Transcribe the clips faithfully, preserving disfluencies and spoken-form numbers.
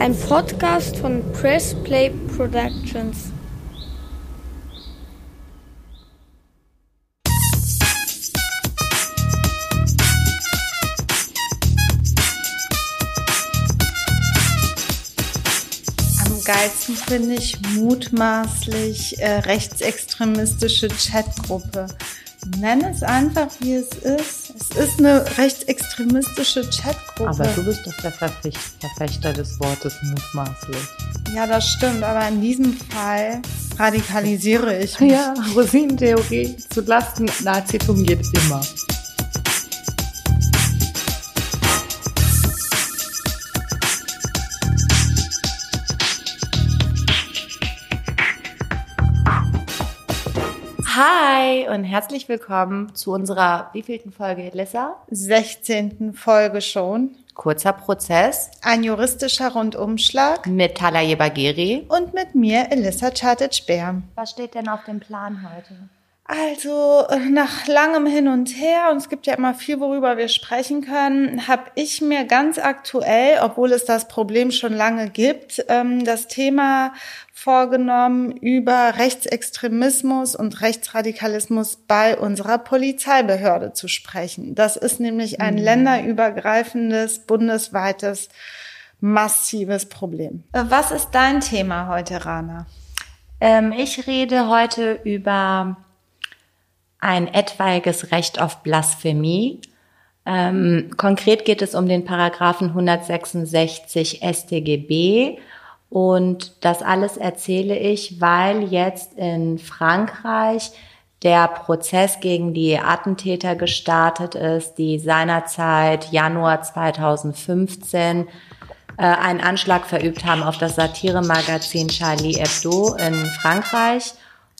Ein Podcast von Press Play Productions. Am geilsten finde ich mutmaßlich äh, rechtsextremistische Chatgruppe. Nenn es einfach, wie es ist. Es ist eine rechtsextremistische Chatgruppe. Aber du bist doch der Verfecht, Verfechter des Wortes mutmaßlich. Ja, das stimmt. Aber in diesem Fall radikalisiere ich mich. Ja, Rosinentheorie zu Lasten Nazitum geht immer. Hi und herzlich willkommen zu unserer wievielten Folge, Elissa? sechzehnten Folge schon. Kurzer Prozess. Ein juristischer Rundumschlag. Mit Talaye Bagheri. Und mit mir, Elissa Čateč-Beer. Was steht denn auf dem Plan heute? Also nach langem Hin und Her, und es gibt ja immer viel, worüber wir sprechen können, habe ich mir ganz aktuell, obwohl es das Problem schon lange gibt, das Thema vorgenommen, über Rechtsextremismus und Rechtsradikalismus bei unserer Polizeibehörde zu sprechen. Das ist nämlich ein mhm. länderübergreifendes, bundesweites, massives Problem. Was ist dein Thema heute, Rana? Ähm, ich rede heute über ein etwaiges Recht auf Blasphemie. Ähm, konkret geht es um den Paragraphen hundertsechsundsechzig S t G B. Und das alles erzähle ich, weil jetzt in Frankreich der Prozess gegen die Attentäter gestartet ist, die seinerzeit Januar zweitausendfünfzehn äh, einen Anschlag verübt haben auf das Satiremagazin Charlie Hebdo in Frankreich.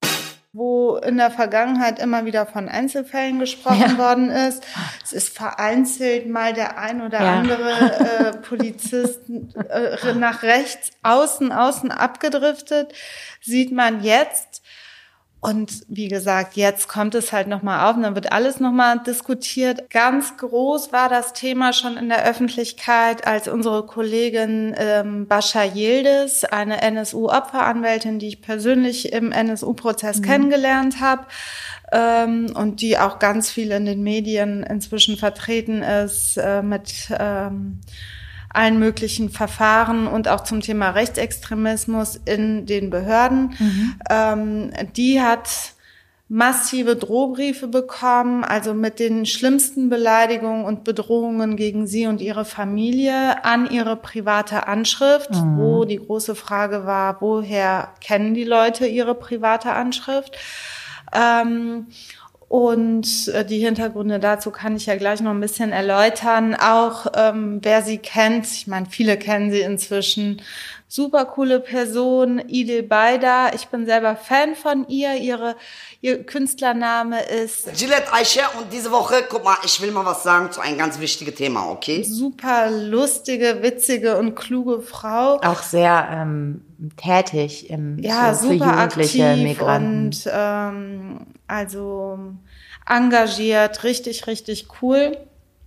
Wo in der Vergangenheit immer wieder von Einzelfällen gesprochen ja. worden ist. Es ist vereinzelt mal der ein oder ja. andere äh, Polizist äh, nach rechts, außen, außen abgedriftet, sieht man jetzt. Und wie gesagt, jetzt kommt es halt nochmal auf und dann wird alles nochmal diskutiert. Ganz groß war das Thema schon in der Öffentlichkeit, als unsere Kollegin ähm, Bascha Yildiz, eine N S U-Opferanwältin, die ich persönlich im N S U-Prozess mhm. kennengelernt habe ähm, und die auch ganz viel in den Medien inzwischen vertreten ist äh, mit ähm, allen möglichen Verfahren und auch zum Thema Rechtsextremismus in den Behörden. Mhm. Ähm, die hat massive Drohbriefe bekommen, also mit den schlimmsten Beleidigungen und Bedrohungen gegen sie und ihre Familie an ihre private Anschrift, mhm. wo die große Frage war, woher kennen die Leute ihre private Anschrift? Ähm, Und die Hintergründe dazu kann ich ja gleich noch ein bisschen erläutern. Auch ähm, wer sie kennt, ich meine, viele kennen sie inzwischen. Super coole Person, Idil Bayda. Ich bin selber Fan von ihr. Ihre, ihr Künstlername ist Gillette Aisha. Und diese Woche, guck mal, ich will mal was sagen zu einem ganz wichtigen Thema, okay? Super lustige, witzige und kluge Frau. Auch sehr ähm, tätig im ja, so, super für jugendliche aktiv Migranten. Und ähm, also engagiert, richtig, richtig cool.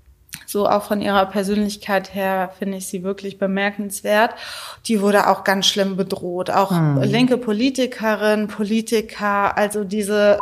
So auch von ihrer Persönlichkeit her finde ich sie wirklich bemerkenswert. Die wurde auch ganz schlimm bedroht. Auch hm. linke Politikerin, Politiker, also diese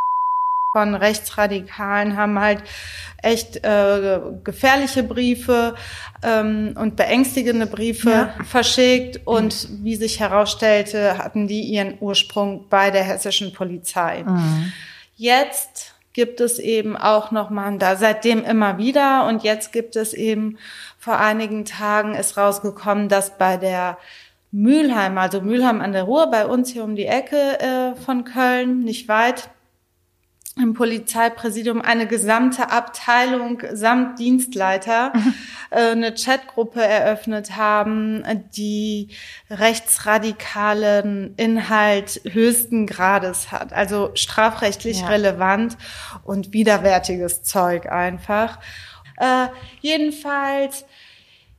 von Rechtsradikalen haben halt echt äh, gefährliche Briefe ähm, und beängstigende Briefe ja. verschickt. Und wie sich herausstellte, hatten die ihren Ursprung bei der hessischen Polizei. Mhm. Jetzt gibt es eben auch nochmal, da seitdem immer wieder, und jetzt gibt es eben vor einigen Tagen ist rausgekommen, dass bei der Mülheim, also Mülheim an der Ruhr, bei uns hier um die Ecke äh, von Köln, nicht weit, im Polizeipräsidium eine gesamte Abteilung samt Dienstleiter mhm. äh, eine Chatgruppe eröffnet haben, die rechtsradikalen Inhalt höchsten Grades hat, also strafrechtlich ja. relevant und widerwärtiges Zeug einfach. Äh, jedenfalls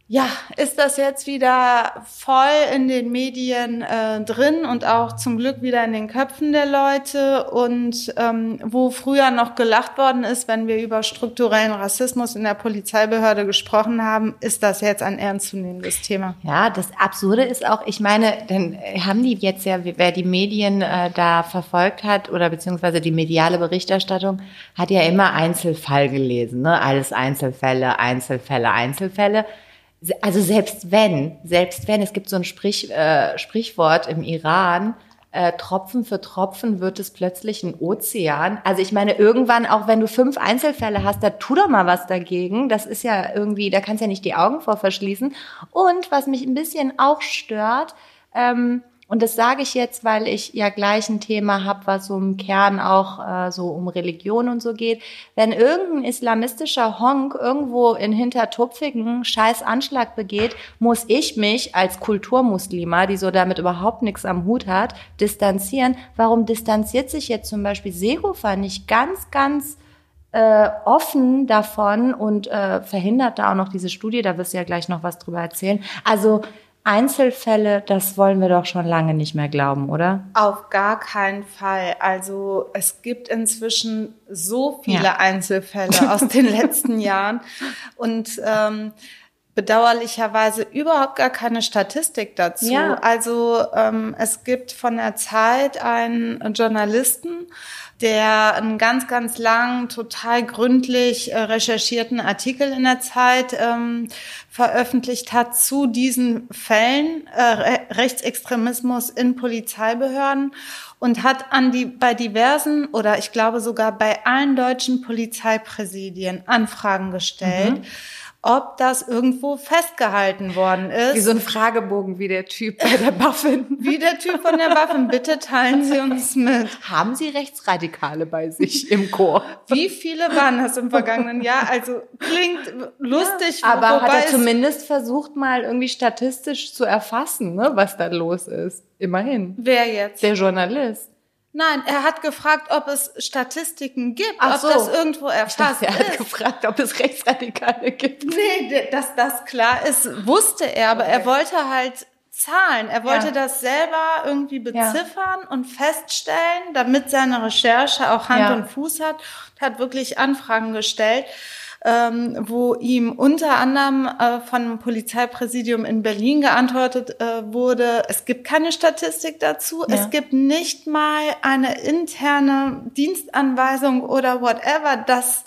Ja, ist das jetzt wieder voll in den Medien äh, drin und auch zum Glück wieder in den Köpfen der Leute. Und ähm, wo früher noch gelacht worden ist, wenn wir über strukturellen Rassismus in der Polizeibehörde gesprochen haben, ist das jetzt ein ernstzunehmendes Thema. Ja, das Absurde ist auch, ich meine, dann haben die jetzt ja, wer die Medien äh, da verfolgt hat oder beziehungsweise die mediale Berichterstattung, hat ja immer Einzelfall gelesen, ne? Alles Einzelfälle, Einzelfälle, Einzelfälle. Also selbst wenn, selbst wenn, es gibt so ein Sprich, äh, Sprichwort im Iran, äh, Tropfen für Tropfen wird es plötzlich ein Ozean. Also ich meine, irgendwann, auch wenn du fünf Einzelfälle hast, da tu doch mal was dagegen. Das ist ja irgendwie, da kannst du ja nicht die Augen vor verschließen. Und was mich ein bisschen auch stört, ähm, und das sage ich jetzt, weil ich ja gleich ein Thema habe, was so im Kern auch äh, so um Religion und so geht. Wenn irgendein islamistischer Honk irgendwo in Hintertupfigen scheiß Anschlag begeht, muss ich mich als Kulturmuslima, die so damit überhaupt nichts am Hut hat, distanzieren. Warum distanziert sich jetzt zum Beispiel Seehofer nicht ganz, ganz äh, offen davon und äh, verhindert da auch noch diese Studie? Da wirst du ja gleich noch was drüber erzählen. Also Einzelfälle, das wollen wir doch schon lange nicht mehr glauben, oder? Auf gar keinen Fall. Also es gibt inzwischen so viele ja. Einzelfälle aus den letzten Jahren und ähm, bedauerlicherweise überhaupt gar keine Statistik dazu. Ja. Also ähm, es gibt von der Zeit einen Journalisten, der einen ganz, ganz langen, total gründlich äh, recherchierten Artikel in der Zeit ähm, veröffentlicht hat zu diesen Fällen äh, Re- Rechtsextremismus in Polizeibehörden und hat an die bei diversen oder ich glaube sogar bei allen deutschen Polizeipräsidien Anfragen gestellt, mhm. ob das irgendwo festgehalten worden ist. Wie so ein Fragebogen wie der Typ bei der Buffin. Wie der Typ von der Buffin. Bitte teilen Sie uns mit. Haben Sie Rechtsradikale bei sich im Chor? Wie viele waren das im vergangenen Jahr? Also klingt lustig. Ja, aber hat er zumindest versucht, mal irgendwie statistisch zu erfassen, ne, was da los ist. Immerhin. Wer jetzt? Der Journalist. Nein, er hat gefragt, ob es Statistiken gibt, Ach ob so. das irgendwo erfasst ich dachte, er hat ist. gefragt, ob es Rechtsradikale gibt. Nee, dass das klar ist, wusste er, aber okay. er wollte halt Zahlen. Er wollte ja. das selber irgendwie beziffern ja. und feststellen, damit seine Recherche auch Hand ja. und Fuß hat. Und hat wirklich Anfragen gestellt, ähm, wo ihm unter anderem äh, von einem Polizeipräsidium in Berlin geantwortet äh, wurde, es gibt keine Statistik dazu, ja. es gibt nicht mal eine interne Dienstanweisung oder whatever, dass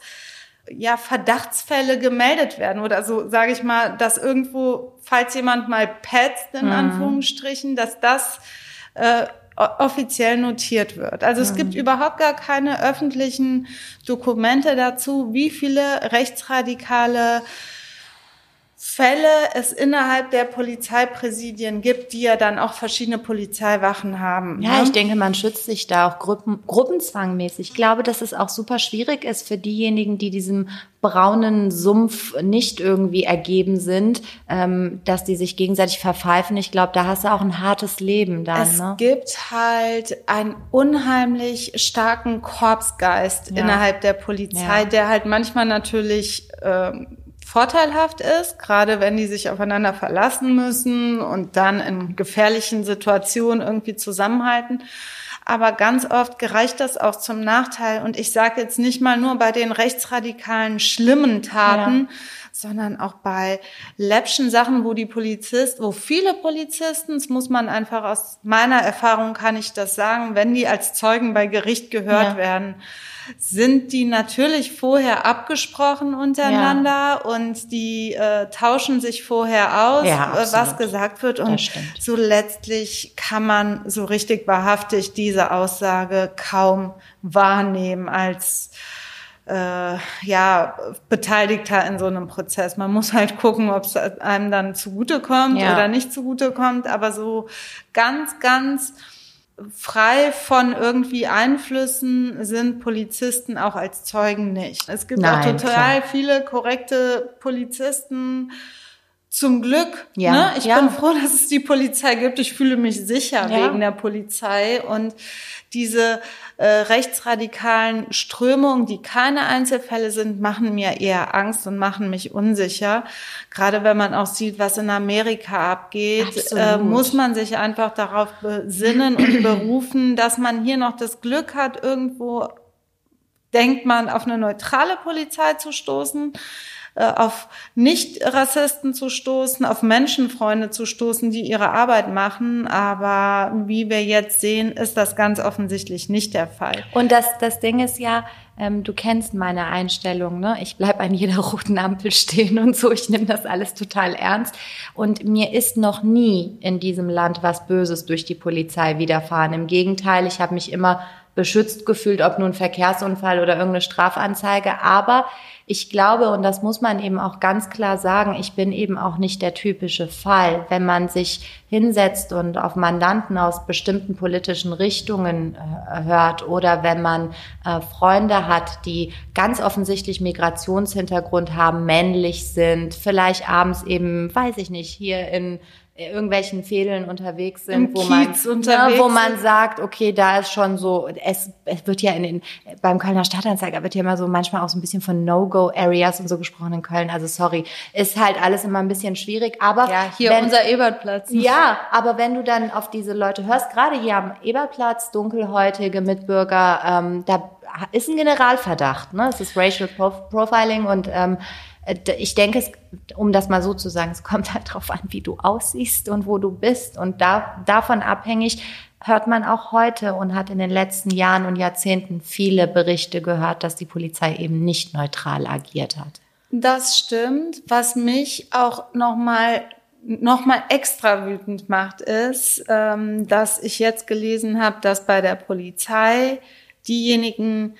ja Verdachtsfälle gemeldet werden oder so, sage ich mal, dass irgendwo, falls jemand mal petzt, in mhm. Anführungsstrichen, dass das äh, offiziell notiert wird. Also es mhm. gibt überhaupt gar keine öffentlichen Dokumente dazu, wie viele rechtsradikale Fälle es innerhalb der Polizeipräsidien gibt, die ja dann auch verschiedene Polizeiwachen haben. Ja, ne? Ich denke, man schützt sich da auch Gruppen, gruppenzwangmäßig. Ich glaube, dass es auch super schwierig ist für diejenigen, die diesem braunen Sumpf nicht irgendwie ergeben sind, ähm, dass die sich gegenseitig verpfeifen. Ich glaube, da hast du auch ein hartes Leben dann. Es ne? gibt halt einen unheimlich starken Korpsgeist ja. innerhalb der Polizei, ja. der halt manchmal natürlich ähm, vorteilhaft ist, gerade wenn die sich aufeinander verlassen müssen und dann in gefährlichen Situationen irgendwie zusammenhalten. Aber ganz oft gereicht das auch zum Nachteil. Und ich sage jetzt nicht mal nur bei den rechtsradikalen schlimmen Taten, ja. sondern auch bei läppschen Sachen, wo die Polizist, wo viele Polizisten, das muss man einfach aus meiner Erfahrung kann ich das sagen, wenn die als Zeugen bei Gericht gehört ja. werden, sind die natürlich vorher abgesprochen untereinander ja. und die äh, tauschen sich vorher aus, ja, äh, was gesagt wird. Und so letztlich kann man so richtig wahrhaftig diese Aussage kaum wahrnehmen als äh, ja Beteiligter in so einem Prozess. Man muss halt gucken, ob es einem dann zugutekommt ja. oder nicht zugutekommt. Aber so ganz, ganz frei von irgendwie Einflüssen sind Polizisten auch als Zeugen nicht. Es gibt Nein, auch total klar. viele korrekte Polizisten, Zum Glück. Ja. Ne? Ich ja. bin froh, dass es die Polizei gibt. Ich fühle mich sicher Ja. wegen der Polizei. Und diese äh, rechtsradikalen Strömungen, die keine Einzelfälle sind, machen mir eher Angst und machen mich unsicher. Gerade wenn man auch sieht, was in Amerika abgeht, äh, muss man sich einfach darauf besinnen und berufen, dass man hier noch das Glück hat, irgendwo denkt man, auf eine neutrale Polizei zu stoßen, auf Nicht-Rassisten zu stoßen, auf Menschenfreunde zu stoßen, die ihre Arbeit machen. Aber wie wir jetzt sehen, ist das ganz offensichtlich nicht der Fall. Und das, das Ding ist ja, ähm, du kennst meine Einstellung, ne? Ich bleib an jeder roten Ampel stehen und so. Ich nehme das alles total ernst. Und mir ist noch nie in diesem Land was Böses durch die Polizei widerfahren. Im Gegenteil, ich habe mich immer beschützt gefühlt, ob nun Verkehrsunfall oder irgendeine Strafanzeige. Aber ich glaube, und das muss man eben auch ganz klar sagen, ich bin eben auch nicht der typische Fall. Wenn man sich hinsetzt und auf Mandanten aus bestimmten politischen Richtungen äh, hört oder wenn man äh, Freunde hat, die ganz offensichtlich Migrationshintergrund haben, männlich sind, vielleicht abends eben, weiß ich nicht, hier in irgendwelchen Fehlen unterwegs sind, Im wo man, Kiez unterwegs ne, wo man sagt, okay, da ist schon so, es, es wird ja in den, beim Kölner Stadtanzeiger wird ja immer so manchmal auch so ein bisschen von No-Go-Areas und so gesprochen in Köln, also sorry, ist halt alles immer ein bisschen schwierig, aber Ja, hier wenn, unser Ebertplatz. ja, aber wenn du dann auf diese Leute hörst, gerade hier am Ebertplatz, dunkelhäutige Mitbürger, ähm, da ist ein Generalverdacht, ne? Es ist Racial Prof- Profiling und ähm, ich denke, es, um das mal so zu sagen, es kommt halt drauf an, wie du aussiehst und wo du bist. Und da, davon abhängig hört man auch heute und hat in den letzten Jahren und Jahrzehnten viele Berichte gehört, dass die Polizei eben nicht neutral agiert hat. Das stimmt. Was mich auch nochmal noch mal extra wütend macht, ist, ähm, dass ich jetzt gelesen habe, dass bei der Polizei diejenigen,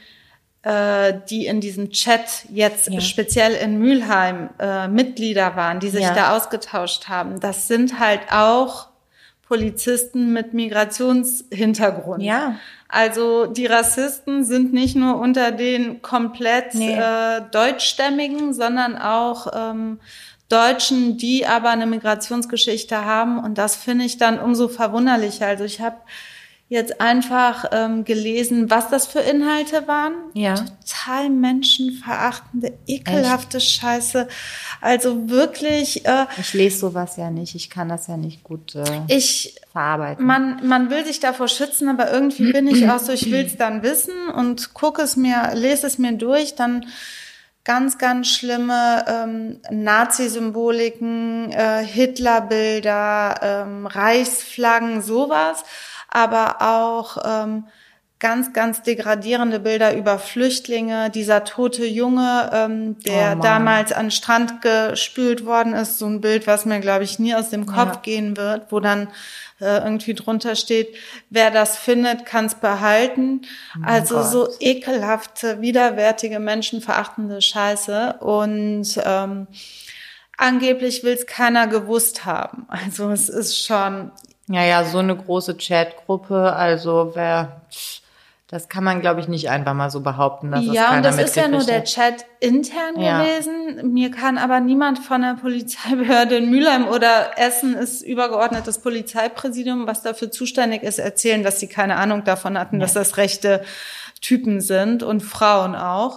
die in diesem Chat jetzt ja. speziell in Mülheim äh, Mitglieder waren, die sich ja. da ausgetauscht haben, das sind halt auch Polizisten mit Migrationshintergrund. Ja. Also die Rassisten sind nicht nur unter den komplett nee. äh, Deutschstämmigen, sondern auch ähm, Deutschen, die aber eine Migrationsgeschichte haben. Und das finde ich dann umso verwunderlicher. Also ich habe jetzt einfach ähm, gelesen, was das für Inhalte waren. Ja. Total menschenverachtende, ekelhafte Echt? Scheiße. Also wirklich. Äh, ich lese sowas ja nicht. Ich kann das ja nicht gut äh, ich, verarbeiten. Man, man will sich davor schützen, aber irgendwie bin ich auch so, ich will es dann wissen und gucke es mir, lese es mir durch, dann ganz, ganz schlimme ähm, Nazi-Symboliken, äh, Hitlerbilder, ähm, Reichsflaggen, sowas. Aber auch ähm, ganz, ganz degradierende Bilder über Flüchtlinge. Dieser tote Junge, ähm, der oh damals an den Strand gespült worden ist. So ein Bild, was mir, glaube ich, nie aus dem Kopf ja. gehen wird, wo dann äh, irgendwie drunter steht, wer das findet, kann es behalten. Oh also Gott. So ekelhafte, widerwärtige, menschenverachtende Scheiße. Und ähm, angeblich will es keiner gewusst haben. Also es ist schon... Ja, ja, so eine große Chatgruppe, also wer, das kann man, glaube ich, nicht einfach mal so behaupten, dass ja, das keiner und das ist ja nur der Chat intern ja. gewesen. Mir kann aber niemand von der Polizeibehörde in Mülheim oder Essen ist übergeordnetes Polizeipräsidium, was dafür zuständig ist, erzählen, dass sie keine Ahnung davon hatten, ja. dass das rechte Typen sind und Frauen auch.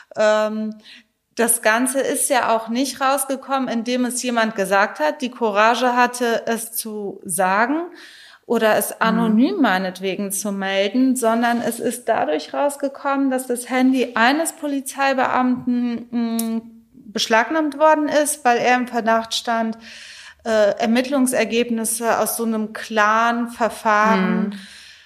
Ähm, Das Ganze ist ja auch nicht rausgekommen, indem es jemand gesagt hat, die Courage hatte, es zu sagen oder es anonym meinetwegen zu melden, sondern es ist dadurch rausgekommen, dass das Handy eines Polizeibeamten mh, beschlagnahmt worden ist, weil er im Verdacht stand, äh, Ermittlungsergebnisse aus so einem Clan-Verfahren mhm.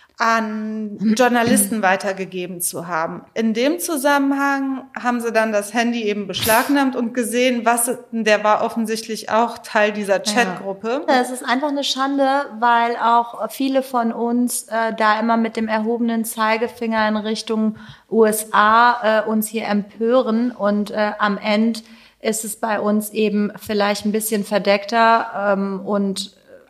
an Journalisten weitergegeben zu haben. In dem Zusammenhang haben sie dann das Handy eben beschlagnahmt und gesehen, was, der war offensichtlich auch Teil dieser Chatgruppe. Ja. Es ist einfach eine Schande, weil auch viele von uns äh, da immer mit dem erhobenen Zeigefinger in Richtung U S A äh, uns hier empören und äh, am Ende ist es bei uns eben vielleicht ein bisschen verdeckter ähm, und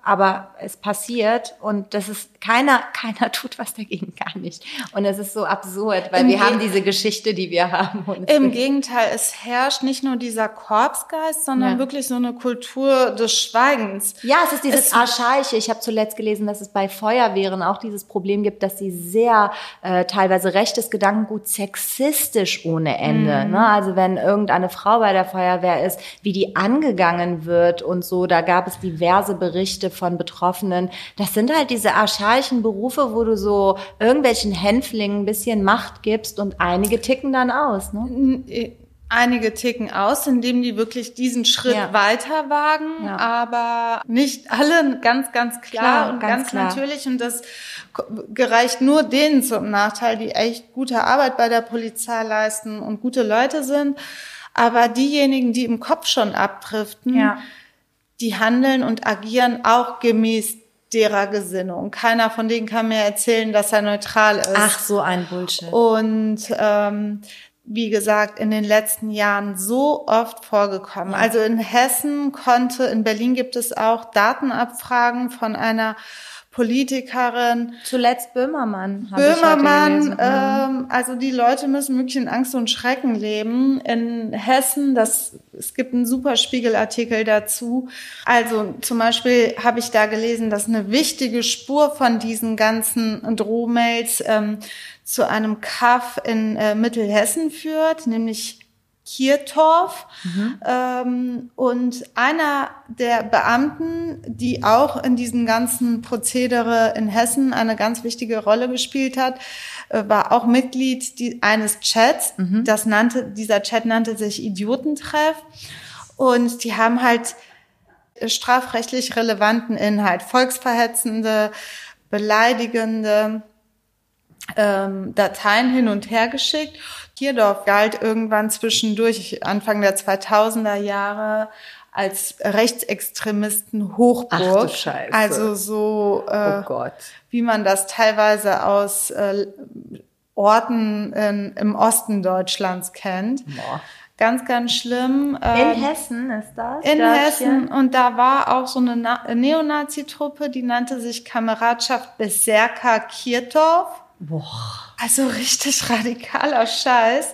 aber es passiert und das ist keiner, keiner tut was dagegen, gar nicht. Und es ist so absurd, weil Im wir Ge- haben diese Geschichte, die wir haben. Und Im Gegenteil, es herrscht nicht nur dieser Korpsgeist, sondern Ja. wirklich so eine Kultur des Schweigens. ja, es ist dieses Es- Archaische. Ich habe zuletzt gelesen, dass es bei Feuerwehren auch dieses Problem gibt, dass sie sehr äh, teilweise rechtes Gedankengut sexistisch ohne Ende. Mhm. Ne? Also wenn irgendeine Frau bei der Feuerwehr ist, wie die angegangen wird und so, da gab es diverse Berichte von Betroffenen. Das sind halt diese archaischen Berufe, wo du so irgendwelchen Hänflingen ein bisschen Macht gibst und einige ticken dann aus. Ne? Einige ticken aus, indem die wirklich diesen Schritt Ja. weiter wagen, Ja. aber nicht alle ganz, ganz klar, Klar, und ganz ganz, klar. natürlich. Und das gereicht nur denen zum Nachteil, die echt gute Arbeit bei der Polizei leisten und gute Leute sind. Aber diejenigen, die im Kopf schon abdriften, Ja. die handeln und agieren auch gemäß derer Gesinnung. Keiner von denen kann mir erzählen, dass er neutral ist. Ach, so ein Bullshit. Und ähm, wie gesagt, in den letzten Jahren so oft vorgekommen. Ja. Also in Hessen konnte, in Berlin gibt es auch Datenabfragen von einer Politikerin. Zuletzt Böhmermann. Hab ich heute Böhmermann, gelesen. ähm, also die Leute müssen wirklich in Angst und Schrecken leben. In Hessen, das, es gibt einen super Spiegelartikel dazu. Also zum Beispiel habe ich da gelesen, dass eine wichtige Spur von diesen ganzen Drohmails ähm, zu einem Kaff in äh, Mittelhessen führt, nämlich Kirtorf. Mhm. Ähm, und einer der Beamten, die auch in diesem ganzen Prozedere in Hessen eine ganz wichtige Rolle gespielt hat, äh, war auch Mitglied die, eines Chats. Mhm. Das nannte, dieser Chat nannte sich Idiotentreff. Und die haben halt strafrechtlich relevanten Inhalt, volksverhetzende, beleidigende ähm, Dateien hin und her geschickt. Kirdorf galt irgendwann zwischendurch, Anfang der zweitausender Jahre, als Rechtsextremisten Hochburg. Ach du Scheiße. Also so, äh, Oh Gott. wie man das teilweise aus äh, Orten in, im Osten Deutschlands kennt. Boah. Ganz, ganz schlimm. In Ähm, Hessen ist das? in Dörfchen? Hessen. Und da war auch so eine Na- Neonazi-Truppe, die nannte sich Kameradschaft Berserker Kirtorf. Boah. Also richtig radikaler Scheiß,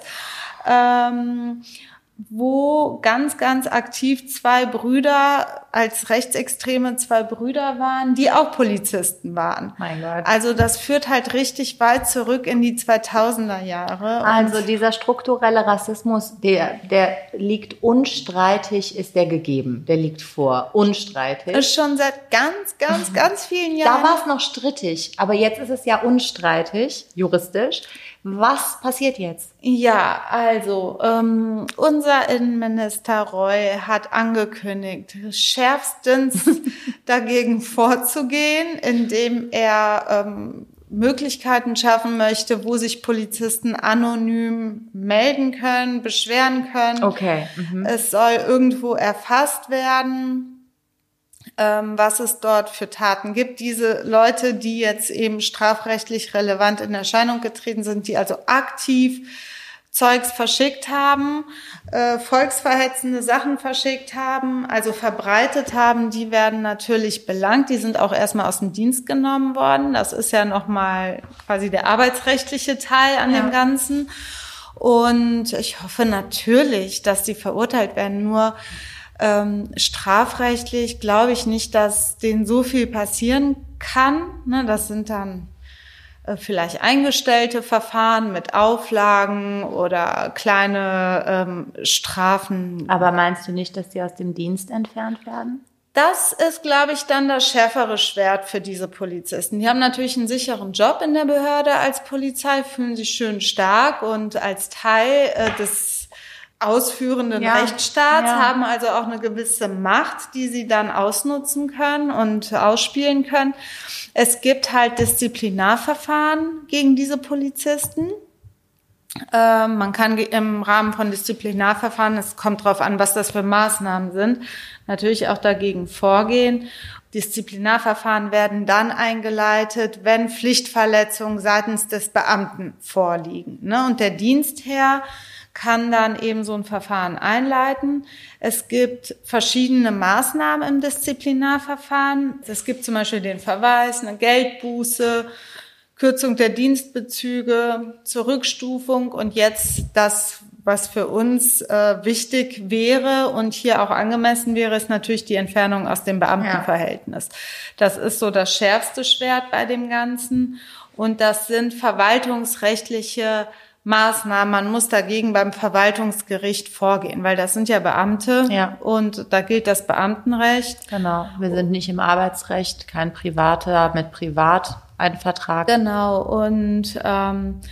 ähm, wo ganz, ganz aktiv zwei Brüder als Rechtsextreme zwei Brüder waren, die auch Polizisten waren. Mein Gott. Also das führt halt richtig weit zurück in die zweitausender Jahre. Und Also dieser strukturelle Rassismus, der, der liegt unstreitig, ist der gegeben. Der liegt vor, unstreitig. ist schon seit ganz, ganz, ganz vielen Jahren. Da war es noch strittig, aber jetzt ist es ja unstreitig, juristisch. Was passiert jetzt? Ja, also ähm, unser Innenminister Roy hat angekündigt, schärfstens dagegen vorzugehen, indem er ähm, Möglichkeiten schaffen möchte, wo sich Polizisten anonym melden können, beschweren können. Okay. Mhm. Es soll irgendwo erfasst werden, ähm, was es dort für Taten gibt. Diese Leute, die jetzt eben strafrechtlich relevant in Erscheinung getreten sind, die also aktiv Zeugs verschickt haben, äh, volksverhetzende Sachen verschickt haben, also verbreitet haben, die werden natürlich belangt. Die sind auch erstmal aus dem Dienst genommen worden. Das ist ja nochmal quasi der arbeitsrechtliche Teil an Ja. dem Ganzen. Und ich hoffe natürlich, dass die verurteilt werden. Nur ähm, strafrechtlich glaube ich nicht, dass denen so viel passieren kann. Ne, das sind dann äh, vielleicht eingestellte Verfahren mit Auflagen oder kleine ähm, Strafen. Aber meinst du nicht, dass die aus dem Dienst entfernt werden? Das ist, glaube ich, dann das schärfere Schwert für diese Polizisten. Die haben natürlich einen sicheren Job in der Behörde als Polizei, fühlen sich schön stark und als Teil äh, des ausführenden Ja. Rechtsstaats Ja. haben also auch eine gewisse Macht, die sie dann ausnutzen können und ausspielen können. Es gibt halt Disziplinarverfahren gegen diese Polizisten. Ähm, man kann ge- im Rahmen von Disziplinarverfahren, es kommt drauf an, was das für Maßnahmen sind, natürlich auch dagegen vorgehen. Disziplinarverfahren werden dann eingeleitet, wenn Pflichtverletzungen seitens des Beamten vorliegen. Ne? Und der Dienstherr kann dann eben so ein Verfahren einleiten. Es gibt verschiedene Maßnahmen im Disziplinarverfahren. Es gibt zum Beispiel den Verweis, eine Geldbuße, Kürzung der Dienstbezüge, Zurückstufung und jetzt das, was für uns äh, wichtig wäre und hier auch angemessen wäre, ist natürlich die Entfernung aus dem Beamtenverhältnis. Ja. Das ist so das schärfste Schwert bei dem Ganzen und das sind verwaltungsrechtliche Maßnahmen. Man muss dagegen beim Verwaltungsgericht vorgehen, weil das sind ja Beamte ja. und da gilt das Beamtenrecht. Genau, wir sind nicht im Arbeitsrecht, kein Privater mit Privat ein Vertrag. Genau, und ähm,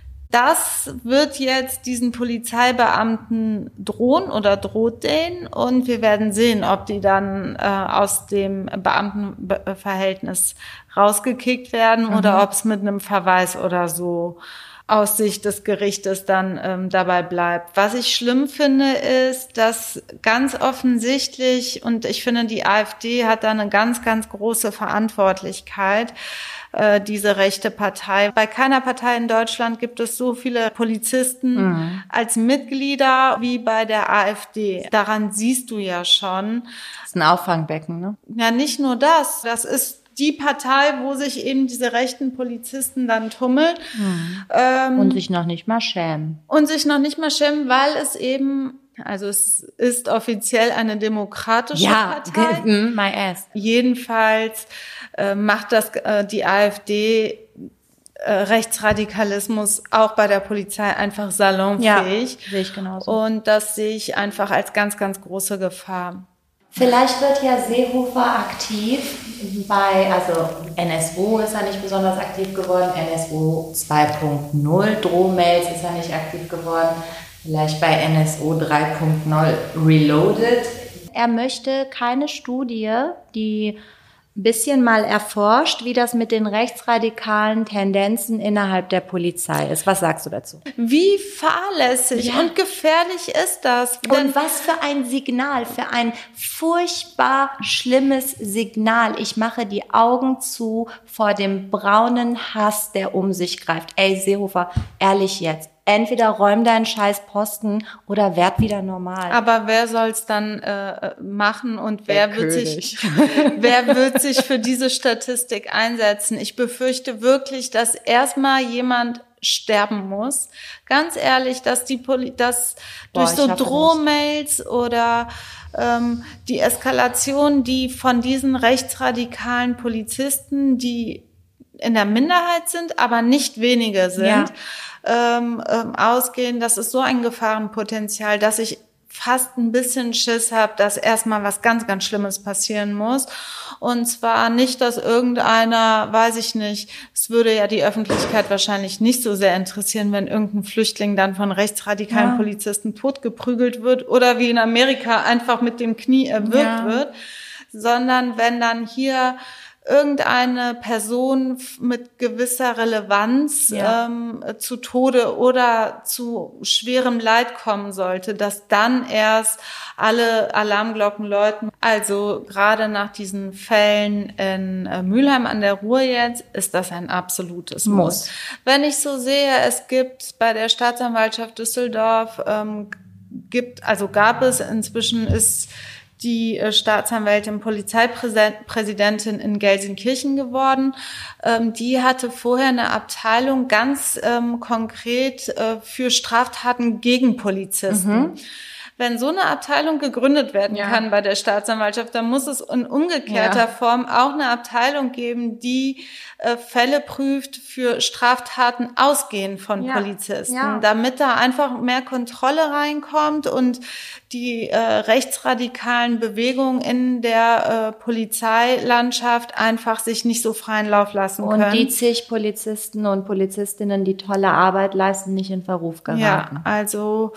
das wird jetzt diesen Polizeibeamten drohen oder droht denen und wir werden sehen, ob die dann äh, aus dem Beamtenverhältnis rausgekickt werden mhm. oder ob es mit einem Verweis oder so aus Sicht des Gerichtes dann ähm, dabei bleibt. Was ich schlimm finde, ist, dass ganz offensichtlich, und ich finde, die AfD hat da eine ganz, ganz große Verantwortlichkeit, äh, diese rechte Partei. Bei keiner Partei in Deutschland gibt es so viele Polizisten mhm. als Mitglieder wie bei der AfD. Daran siehst du ja schon. Das ist ein Auffangbecken, ne? Ja, nicht nur das. Das ist die Partei, wo sich eben diese rechten Polizisten dann tummeln. Mhm. Ähm, und sich noch nicht mal schämen. Und sich noch nicht mal schämen, weil es eben, also es ist offiziell eine demokratische ja, Partei. My ass. Jedenfalls äh, macht das äh, die AfD äh, Rechtsradikalismus auch bei der Polizei einfach salonfähig. Ja, sehe ich genauso. Und das sehe ich einfach als ganz, ganz große Gefahr. Vielleicht wird ja Seehofer aktiv bei, also N S O ist er nicht besonders aktiv geworden, N S O zwei Punkt null, Drohmails ist er nicht aktiv geworden, vielleicht bei N S O drei Punkt null Reloaded. Er möchte keine Studie, die ein bisschen mal erforscht, wie das mit den rechtsradikalen Tendenzen innerhalb der Polizei ist. Was sagst du dazu? Wie fahrlässig ja. und gefährlich ist das? Und was für ein Signal, für ein furchtbar schlimmes Signal. Ich mache die Augen zu vor dem braunen Hass, der um sich greift. Ey, Seehofer, ehrlich jetzt. Entweder räum deinen scheiß Posten oder werd wieder normal. Aber wer soll's dann äh, machen und wer Der wird König. sich wer wird sich für diese Statistik einsetzen? Ich befürchte wirklich, dass erstmal jemand sterben muss. Ganz ehrlich, dass die Poli- dass Boah, durch so Drohmails oder ähm, die Eskalation, die von diesen rechtsradikalen Polizisten, die in der Minderheit sind, aber nicht wenige sind, ja. ähm, ähm, ausgehen. Das ist so ein Gefahrenpotenzial, dass ich fast ein bisschen Schiss habe, dass erstmal was ganz, ganz Schlimmes passieren muss. Und zwar nicht, dass irgendeiner, weiß ich nicht, es würde ja die Öffentlichkeit wahrscheinlich nicht so sehr interessieren, wenn irgendein Flüchtling dann von rechtsradikalen ja. Polizisten totgeprügelt wird oder wie in Amerika einfach mit dem Knie erwürgt ja. wird, sondern wenn dann hier irgendeine Person mit gewisser Relevanz ja. ähm, zu Tode oder zu schwerem Leid kommen sollte, dass dann erst alle Alarmglocken läuten. Also gerade nach diesen Fällen in äh, Mülheim an der Ruhr jetzt ist das ein absolutes Muss. Muss. Wenn ich so sehe, es gibt bei der Staatsanwaltschaft Düsseldorf ähm, gibt, also gab es inzwischen ist die äh, Staatsanwältin Polizeipräsidentin in Gelsenkirchen geworden. Ähm, die hatte vorher eine Abteilung ganz ähm, konkret äh, für Straftaten gegen Polizisten. Mhm. Wenn so eine Abteilung gegründet werden ja. kann bei der Staatsanwaltschaft, dann muss es in umgekehrter ja. Form auch eine Abteilung geben, die äh, Fälle prüft für Straftaten ausgehend von ja. Polizisten, ja. damit da einfach mehr Kontrolle reinkommt und die äh, rechtsradikalen Bewegungen in der äh, Polizeilandschaft einfach sich nicht so freien Lauf lassen können. Und die zig Polizisten und Polizistinnen, die tolle Arbeit leisten, nicht in Verruf geraten. Ja, also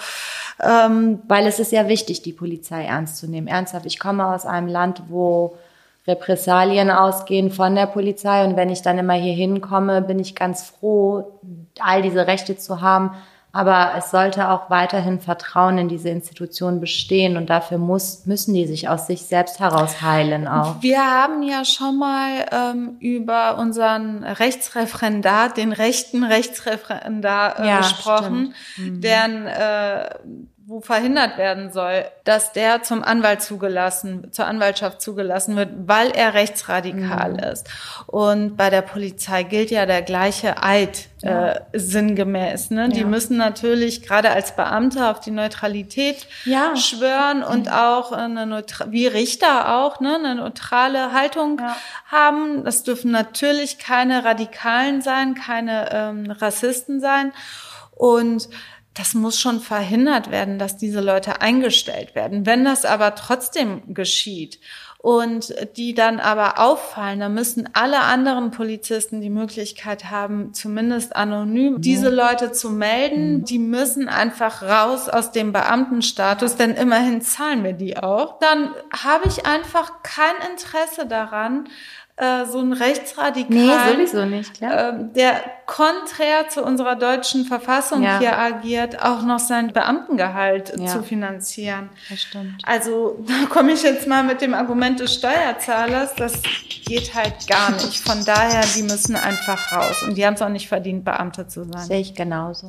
ähm, weil es ist ja wichtig, die Polizei ernst zu nehmen. Ernsthaft, ich komme aus einem Land, wo Repressalien ausgehen von der Polizei und wenn ich dann immer hier hinkomme, bin ich ganz froh, all diese Rechte zu haben, Aber es sollte auch weiterhin Vertrauen in diese Institution bestehen und dafür muss, müssen die sich aus sich selbst heraus heilen auch. Wir haben ja schon mal ähm, über unseren Rechtsreferendar, den rechten Rechtsreferendar äh, Ja, gesprochen, stimmt. Mhm. deren äh, wo verhindert werden soll, dass der zum Anwalt zugelassen, zur Anwaltschaft zugelassen wird, weil er rechtsradikal Mhm. ist. Und bei der Polizei gilt ja der gleiche Eid, Ja. äh, sinngemäß. Ne? Die Ja. müssen natürlich gerade als Beamte auf die Neutralität Ja. schwören und auch eine neutra- wie Richter auch, ne, eine neutrale Haltung Ja. haben. Das dürfen natürlich keine Radikalen sein, keine ähm, Rassisten sein. Und das muss schon verhindert werden, dass diese Leute eingestellt werden. Wenn das aber trotzdem geschieht und die dann aber auffallen, dann müssen alle anderen Polizisten die Möglichkeit haben, zumindest anonym diese Leute zu melden. Die müssen einfach raus aus dem Beamtenstatus, denn immerhin zahlen wir die auch. Dann habe ich einfach kein Interesse daran, äh, so ein Rechtsradikal, Nee, sowieso nicht, klar. ähm, der konträr zu unserer deutschen Verfassung Ja. hier agiert, auch noch sein Beamtengehalt Ja. zu finanzieren. Das stimmt. Also da komme ich jetzt mal mit dem Argument des Steuerzahlers, das geht halt gar nicht. Von daher, die müssen einfach raus. Und die haben es auch nicht verdient, Beamte zu sein. Sehe ich genauso.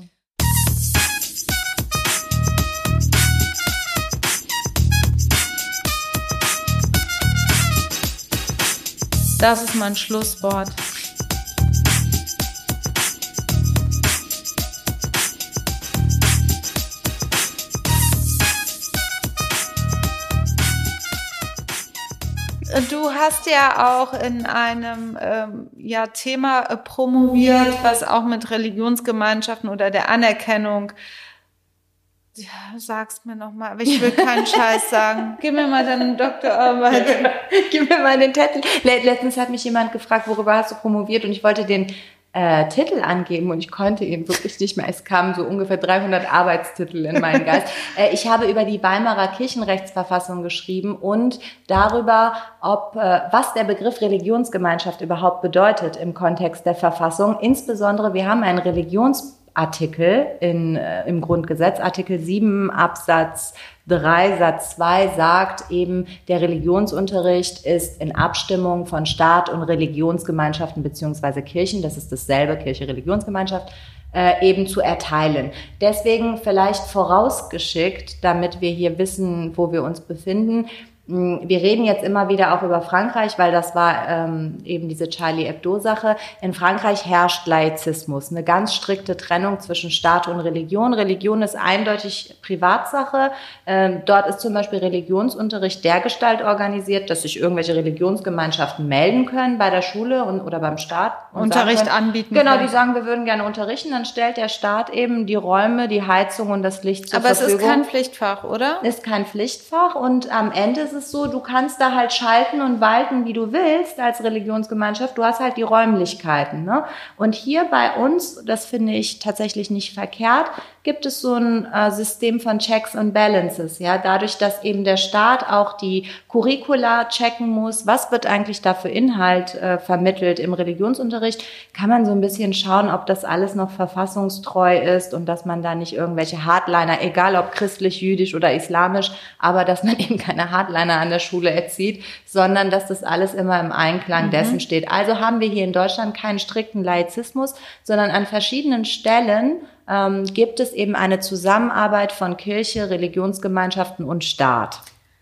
Das ist mein Schlusswort. Du hast ja auch in einem ähm, ja, Thema äh, promoviert, was auch mit Religionsgemeinschaften oder der Anerkennung. Ja, sag's mir nochmal, aber ich will keinen Scheiß sagen. Gib mir mal deine Doktorarbeit. Gib mir mal den Titel. Letztens hat mich jemand gefragt, worüber hast du promoviert und ich wollte den äh, Titel angeben und ich konnte ihn wirklich nicht mehr. Es kamen so ungefähr dreihundert Arbeitstitel in meinen Geist. äh, ich habe über die Weimarer Kirchenrechtsverfassung geschrieben und darüber, ob äh, was der Begriff Religionsgemeinschaft überhaupt bedeutet im Kontext der Verfassung. Insbesondere, wir haben einen Religions Artikel in, äh, im Grundgesetz, Artikel sieben Absatz drei Satz zwei sagt eben, der Religionsunterricht ist in Abstimmung von Staat und Religionsgemeinschaften beziehungsweise Kirchen, das ist dasselbe, Kirche, Religionsgemeinschaft, äh, eben zu erteilen. Deswegen vielleicht vorausgeschickt, damit wir hier wissen, wo wir uns befinden. Wir reden jetzt immer wieder auch über Frankreich, weil das war ähm, eben diese Charlie Hebdo-Sache. In Frankreich herrscht Laizismus, eine ganz strikte Trennung zwischen Staat und Religion. Religion ist eindeutig Privatsache. Ähm, dort ist zum Beispiel Religionsunterricht dergestalt organisiert, dass sich irgendwelche Religionsgemeinschaften melden können bei der Schule und, oder beim Staat. Und Unterricht sagen können, anbieten Genau, können. die sagen, wir würden gerne unterrichten. Dann stellt der Staat eben die Räume, die Heizung und das Licht zur Aber es Verfügung. ist kein Pflichtfach, oder? Ist kein Pflichtfach und am Ende ist es so, du kannst da halt schalten und walten, wie du willst als Religionsgemeinschaft. Du hast halt die Räumlichkeiten, ne? Und hier bei uns, das finde ich tatsächlich nicht verkehrt, gibt es so ein äh, System von Checks and Balances, ja, dadurch, dass eben der Staat auch die Curricula checken muss, was wird eigentlich da für Inhalt äh, vermittelt im Religionsunterricht, kann man so ein bisschen schauen, ob das alles noch verfassungstreu ist und dass man da nicht irgendwelche Hardliner, egal ob christlich, jüdisch oder islamisch, aber dass man eben keine Hardliner an der Schule erzieht, sondern dass das alles immer im Einklang mhm. dessen steht. Also haben wir hier in Deutschland keinen strikten Laizismus, sondern an verschiedenen Stellen ähm, gibt es eben eine Zusammenarbeit von Kirche, Religionsgemeinschaften und Staat.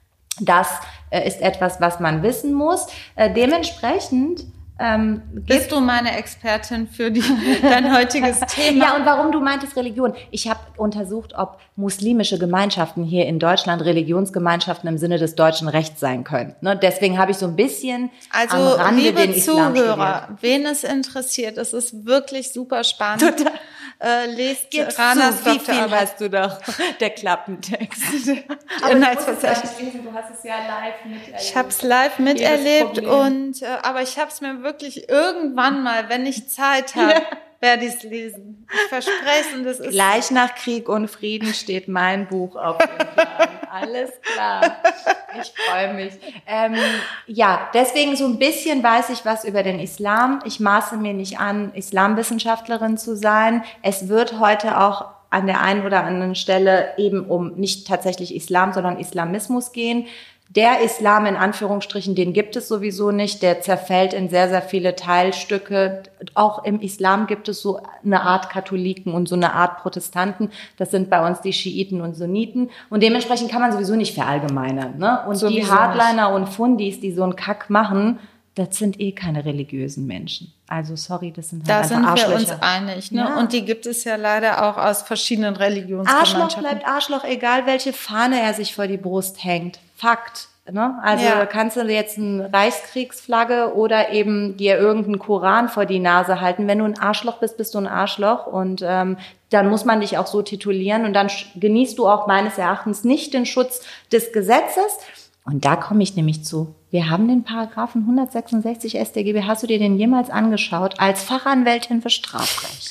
Das äh, ist etwas, was man wissen muss. Äh, dementsprechend Ähm, Bist du meine Expertin für die, dein heutiges Thema? Ja, und warum du meintest Religion? Ich habe untersucht, ob muslimische Gemeinschaften hier in Deutschland Religionsgemeinschaften im Sinne des deutschen Rechts sein können. Ne? Deswegen habe ich so ein bisschen also, am Rande liebe den Islam Zuhörer, studiert. wen es interessiert, es ist wirklich super spannend. Total. Äh, lest Gib's Ranas zu, wie viel Doktorarbeit. hast du doch? Der Klappentext. Inhaltsverzeichnis. Du hast es ja live miterlebt. Ich habe es live miterlebt Problem. und äh, aber ich habe es mir wirklich irgendwann mal, wenn ich Zeit habe, Ja. werde ich es lesen. Ich verspreche es und es ist Gleich nach Krieg und Frieden steht mein Buch auf dem Plan. Alles klar. Ich freue mich. Ähm, ja, deswegen so ein bisschen weiß ich was über den Islam. Ich maße mir nicht an, Islamwissenschaftlerin zu sein. Es wird heute auch an der einen oder anderen Stelle eben um nicht tatsächlich Islam, sondern Islamismus gehen. Der Islam in Anführungsstrichen, den gibt es sowieso nicht. Der zerfällt in sehr, sehr viele Teilstücke. Auch im Islam gibt es so eine Art Katholiken und so eine Art Protestanten. Das sind bei uns die Schiiten und Sunniten. Und dementsprechend kann man sowieso nicht verallgemeinern, ne? Und sowieso die Hardliner nicht. Und Fundis, die so einen Kack machen, das sind eh keine religiösen Menschen. Also sorry, das sind halt da einfach sind Arschlöcher. Wir uns einig, ne? Ja. Und die gibt es ja leider auch aus verschiedenen Religionsgemeinschaften. Arschloch bleibt Arschloch, egal welche Fahne er sich vor die Brust hängt. Fakt. Ne? Also ja. kannst du jetzt eine Reichskriegsflagge oder eben dir irgendeinen Koran vor die Nase halten. Wenn du ein Arschloch bist, bist du ein Arschloch und ähm, dann muss man dich auch so titulieren und dann genießt du auch meines Erachtens nicht den Schutz des Gesetzes. Und da komme ich nämlich zu. Wir haben den Paragraphen hundertsechsundsechzig S t G B. Hast du dir den jemals angeschaut als Fachanwältin für Strafrecht?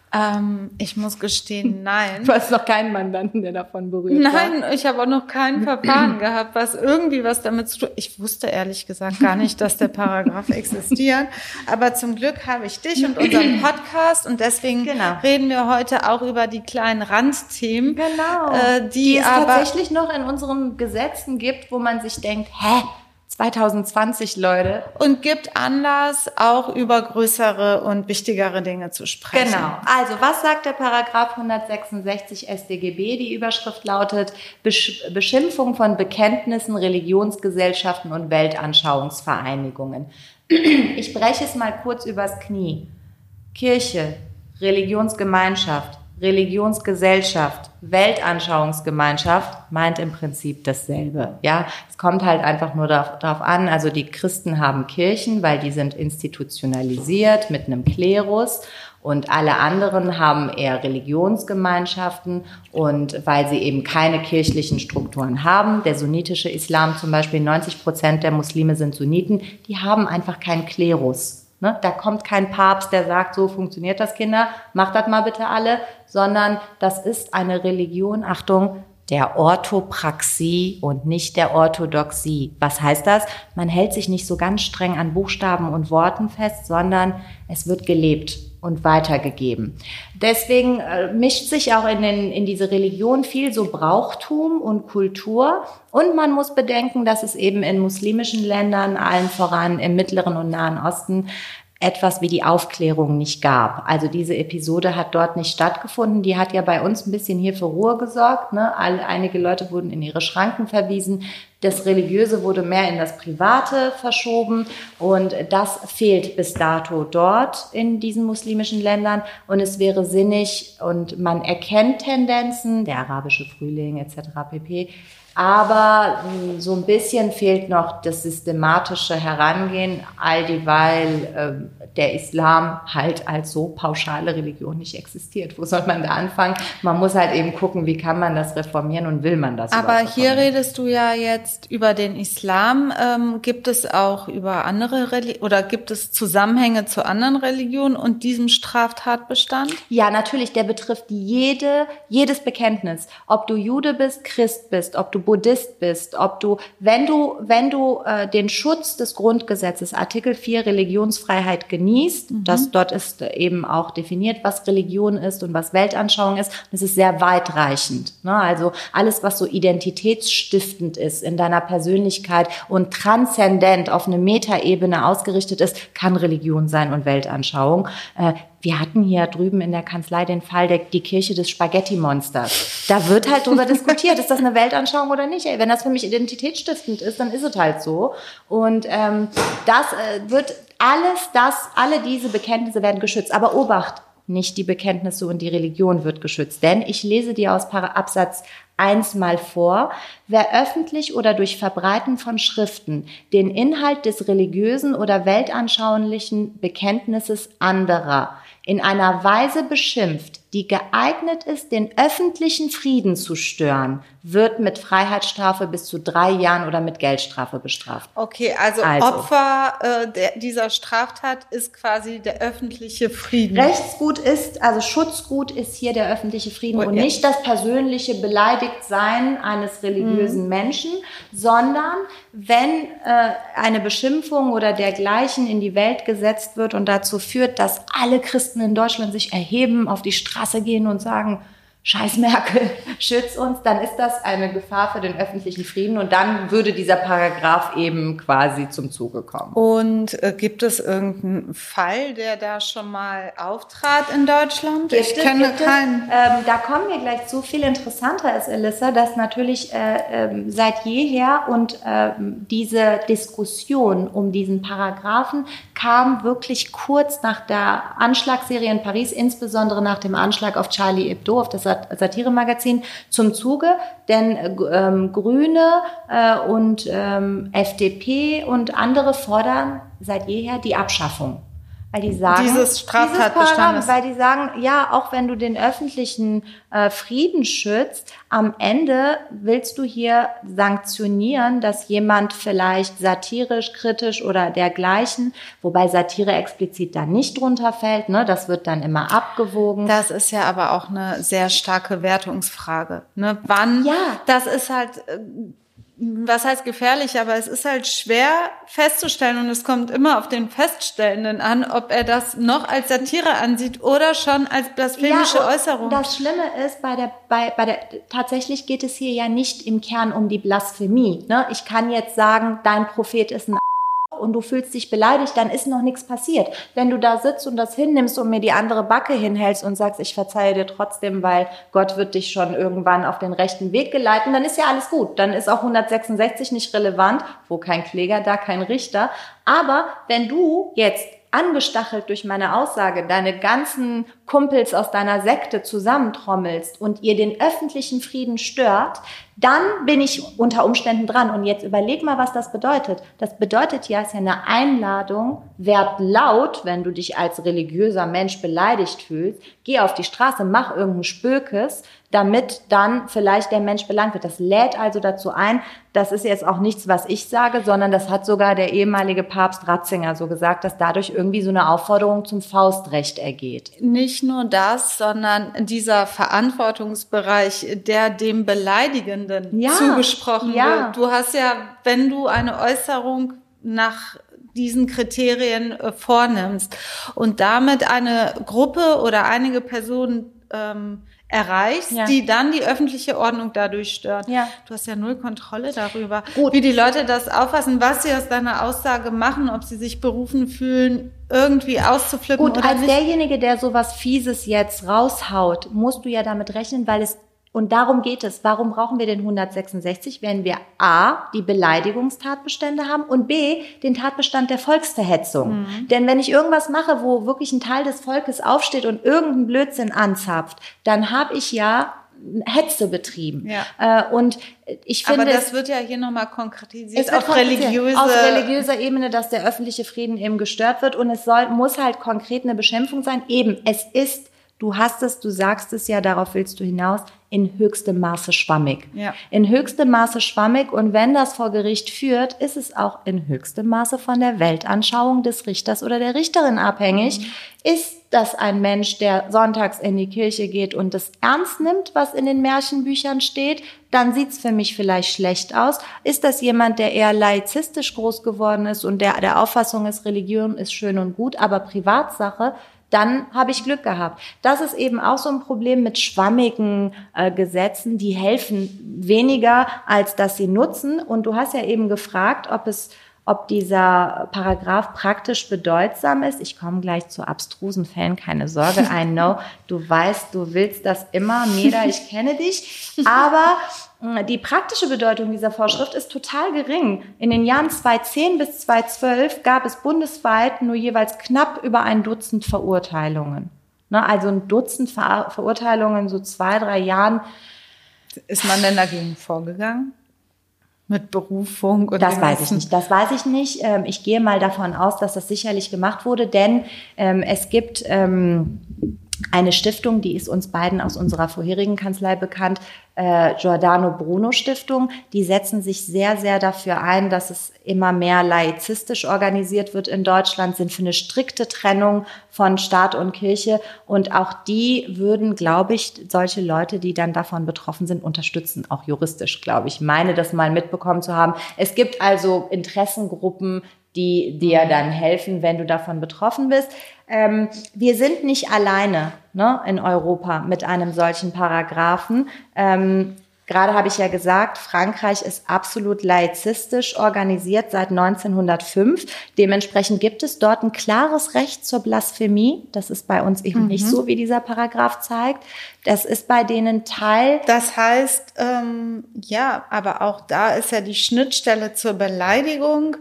Ähm, ich muss gestehen, nein. Du hast noch keinen Mandanten, der davon berührt Nein, war. ich habe auch noch kein Verfahren gehabt, was irgendwie was damit zu tun. Ich wusste ehrlich gesagt gar nicht, dass der Paragraph existiert. Aber zum Glück habe ich dich und unseren Podcast und deswegen genau. reden wir heute auch über die kleinen Randthemen. Genau. Äh, die, die es aber tatsächlich noch in unseren Gesetzen gibt, wo man sich denkt, hä? zwanzig zwanzig, Leute. Und gibt Anlass, auch über größere und wichtigere Dinge zu sprechen. Genau. Also, was sagt der Paragraph hundertsechsundsechzig S t G B? Die Überschrift lautet Besch- Beschimpfung von Bekenntnissen, Religionsgesellschaften und Weltanschauungsvereinigungen. Ich breche es mal kurz übers Knie. Kirche, Religionsgemeinschaft, Religionsgesellschaft, Weltanschauungsgemeinschaft meint im Prinzip dasselbe. Ja, es kommt halt einfach nur darauf an, also die Christen haben Kirchen, weil die sind institutionalisiert mit einem Klerus und alle anderen haben eher Religionsgemeinschaften und weil sie eben keine kirchlichen Strukturen haben, der sunnitische Islam zum Beispiel, neunzig Prozent der Muslime sind Sunniten, die haben einfach keinen Klerus. Ne, da kommt kein Papst, der sagt, so funktioniert das, Kinder, macht das mal bitte alle, sondern das ist eine Religion, Achtung, der Orthopraxie und nicht der Orthodoxie. Was heißt das? Man hält sich nicht so ganz streng an Buchstaben und Worten fest, sondern es wird gelebt und weitergegeben. Deswegen äh, mischt sich auch in, den, in diese Religion viel so Brauchtum und Kultur. Und man muss bedenken, dass es eben in muslimischen Ländern, allen voran im Mittleren und Nahen Osten, etwas wie die Aufklärung nicht gab. Also diese Episode hat dort nicht stattgefunden. Die hat ja bei uns ein bisschen hier für Ruhe gesorgt. Ne? All, einige Leute wurden in ihre Schranken verwiesen. Das Religiöse wurde mehr in das Private verschoben. Und das fehlt bis dato dort in diesen muslimischen Ländern. Und es wäre sinnig und man erkennt Tendenzen, der arabische Frühling et cetera pp., aber so ein bisschen fehlt noch das systematische Herangehen, all dieweil äh, der Islam halt als so pauschale Religion nicht existiert. Wo soll man da anfangen? Man muss halt eben gucken, wie kann man das reformieren und will man das Aber überhaupt hier reformieren? redest du ja jetzt über den Islam. Ähm, gibt es auch über andere Religionen oder gibt es Zusammenhänge zu anderen Religionen und diesem Straftatbestand? Ja, natürlich, der betrifft jede, jedes Bekenntnis. Ob du Jude bist, Christ bist, ob du Buddhist bist, ob du, wenn du, wenn du äh, den Schutz des Grundgesetzes, Artikel vier Religionsfreiheit genießt, mhm. das dort ist eben auch definiert, was Religion ist und was Weltanschauung ist. Das ist sehr weitreichend. Ne? Also alles, was so identitätsstiftend ist in deiner Persönlichkeit und transzendent auf eine Metaebene ausgerichtet ist, kann Religion sein und Weltanschauung. Äh, Wir hatten hier drüben in der Kanzlei den Fall der die Kirche des Spaghetti-Monsters. Da wird halt drüber diskutiert, ist das eine Weltanschauung oder nicht? Ey, wenn das für mich identitätsstiftend ist, dann ist es halt so. Und ähm, das äh, wird alles, das, alle diese Bekenntnisse werden geschützt. Aber Obacht, nicht die Bekenntnisse und die Religion wird geschützt. Denn ich lese dir aus Absatz eins mal vor, wer öffentlich oder durch Verbreiten von Schriften den Inhalt des religiösen oder weltanschaulichen Bekenntnisses anderer in einer Weise beschimpft, die geeignet ist, den öffentlichen Frieden zu stören, wird mit Freiheitsstrafe bis zu drei Jahren oder mit Geldstrafe bestraft. Okay, also, Also. Opfer äh, der, dieser Straftat ist quasi der öffentliche Frieden. Rechtsgut ist, also Schutzgut ist hier der öffentliche Frieden Und und ja. nicht das persönliche Beleidigtsein eines religiösen mhm. Menschen, sondern wenn äh, eine Beschimpfung oder dergleichen in die Welt gesetzt wird und dazu führt, dass alle Christen in Deutschland sich erheben, auf die Straße gehen und sagen, Scheiß Merkel, schütz uns, dann ist das eine Gefahr für den öffentlichen Frieden und dann würde dieser Paragraph eben quasi zum Zuge kommen. Und äh, gibt es irgendeinen Fall, der da schon mal auftrat in Deutschland? Gibt ich es, kenne gibt keinen. Es, ähm, da kommen wir gleich zu. Viel interessanter ist, Elissa, dass natürlich äh, äh, seit jeher und äh, diese Diskussion um diesen Paragraphen kam wirklich kurz nach der Anschlagsserie in Paris, insbesondere nach dem Anschlag auf Charlie Hebdo, auf das Satiremagazin, zum Zuge, denn ähm, Grüne äh, und ähm, F D P und andere fordern seit jeher die Abschaffung. Weil die sagen, dieses Straftatbestandes. Weil die sagen, ja, auch wenn du den öffentlichen äh, Frieden schützt, am Ende willst du hier sanktionieren, dass jemand vielleicht satirisch, kritisch oder dergleichen, wobei Satire explizit da nicht drunter fällt, ne, das wird dann immer abgewogen. Das ist ja aber auch eine sehr starke Wertungsfrage. Ne? Wann? Ja. Das ist halt... Äh, was heißt gefährlich, aber es ist halt schwer festzustellen und es kommt immer auf den Feststellenden an, ob er das noch als Satire ansieht oder schon als blasphemische ja, Äußerung. Das Schlimme ist, bei der, bei, bei der, tatsächlich geht es hier ja nicht im Kern um die Blasphemie. Ne? Ich kann jetzt sagen, dein Prophet ist ein und du fühlst dich beleidigt, dann ist noch nichts passiert. Wenn du da sitzt und das hinnimmst und mir die andere Backe hinhältst und sagst, ich verzeihe dir trotzdem, weil Gott wird dich schon irgendwann auf den rechten Weg geleiten, dann ist ja alles gut. Dann ist auch hundertsechsundsechzig nicht relevant, wo kein Kläger, da kein Richter. Aber wenn du jetzt angestachelt durch meine Aussage deine ganzen Kumpels aus deiner Sekte zusammentrommelst und ihr den öffentlichen Frieden stört, dann bin ich unter Umständen dran. Und jetzt überleg mal, was das bedeutet. Das bedeutet ja, es ist ja eine Einladung, werd laut, wenn du dich als religiöser Mensch beleidigt fühlst, geh auf die Straße, mach irgendein Spökes, damit dann vielleicht der Mensch belangt wird. Das lädt also dazu ein, das ist jetzt auch nichts, was ich sage, sondern das hat sogar der ehemalige Papst Ratzinger so gesagt, dass dadurch irgendwie so eine Aufforderung zum Faustrecht ergeht. Nicht nur das, sondern dieser Verantwortungsbereich, der dem Beleidigenden ja, zugesprochen ja. wird. Du hast ja, wenn du eine Äußerung nach diesen Kriterien äh, vornimmst und damit eine Gruppe oder einige Personen ähm, erreichst, ja. die dann die öffentliche Ordnung dadurch stören. Ja. Du hast ja null Kontrolle darüber, Gut. wie die Leute das auffassen, was sie aus deiner Aussage machen, ob sie sich berufen fühlen, irgendwie auszuflippen Gut, oder als nicht. derjenige, der sowas Fieses jetzt raushaut, musst du ja damit rechnen, weil es, und darum geht es, warum brauchen wir den hundertsechsundsechzig, wenn wir A, die Beleidigungstatbestände haben und B, den Tatbestand der Volksverhetzung. Mhm. Denn wenn ich irgendwas mache, wo wirklich ein Teil des Volkes aufsteht und irgendeinen Blödsinn anzapft, dann habe ich ja Hetze betrieben. Ja. Äh, und ich finde, aber das wird ja hier nochmal konkretisiert es wird auf religiöse auf religiöser Ebene, dass der öffentliche Frieden eben gestört wird und es soll muss halt konkret eine Beschimpfung sein. Eben, es ist, du hast es, du sagst es ja, darauf willst du hinaus, in höchstem Maße schwammig. Ja. In höchstem Maße schwammig und wenn das vor Gericht führt, ist es auch in höchstem Maße von der Weltanschauung des Richters oder der Richterin abhängig. Mhm. Ist das ein Mensch, der sonntags in die Kirche geht und das ernst nimmt, was in den Märchenbüchern steht, dann sieht's für mich vielleicht schlecht aus. Ist das jemand, der eher laizistisch groß geworden ist und der der Auffassung ist, Religion ist schön und gut, aber Privatsache, dann habe ich Glück gehabt. Das ist eben auch so ein Problem mit schwammigen äh, Gesetzen, die helfen weniger, als dass sie nutzen. Und du hast ja eben gefragt, ob es, ob dieser Paragraph praktisch bedeutsam ist. Ich komme gleich zu abstrusen Fällen, keine Sorge. I know, du weißt, du willst das immer, Meda, ich kenne dich. Aber die praktische Bedeutung dieser Vorschrift ist total gering. In den Jahren zweitausendzehn bis zweitausendzwölf gab es bundesweit nur jeweils knapp über ein Dutzend Verurteilungen. Ne, also ein Dutzend Ver- Verurteilungen, so zwei, drei Jahren. Ist man denn dagegen vorgegangen? Mit Berufung? Oder das weiß ich nicht. Das weiß ich nicht. Ich gehe mal davon aus, dass das sicherlich gemacht wurde, denn es gibt eine Stiftung, die ist uns beiden aus unserer vorherigen Kanzlei bekannt, äh, Giordano Bruno Stiftung. Die setzen sich sehr, sehr dafür ein, dass es immer mehr laizistisch organisiert wird in Deutschland, sind für eine strikte Trennung von Staat und Kirche. Und auch die würden, glaube ich, solche Leute, die dann davon betroffen sind, unterstützen, auch juristisch, glaube ich. Meine, das mal mitbekommen zu haben. Es gibt also Interessengruppen, die dir dann helfen, wenn du davon betroffen bist. Ähm, wir sind nicht alleine, ne, in Europa mit einem solchen Paragraphen. Ähm, Gerade habe ich ja gesagt, Frankreich ist absolut laizistisch organisiert seit neunzehnhundertfünf. Dementsprechend gibt es dort ein klares Recht zur Blasphemie. Das ist bei uns eben mhm. nicht so, wie dieser Paragraph zeigt. Das ist bei denen Teil. Das heißt, ähm, ja, aber auch da ist ja die Schnittstelle zur Beleidigung.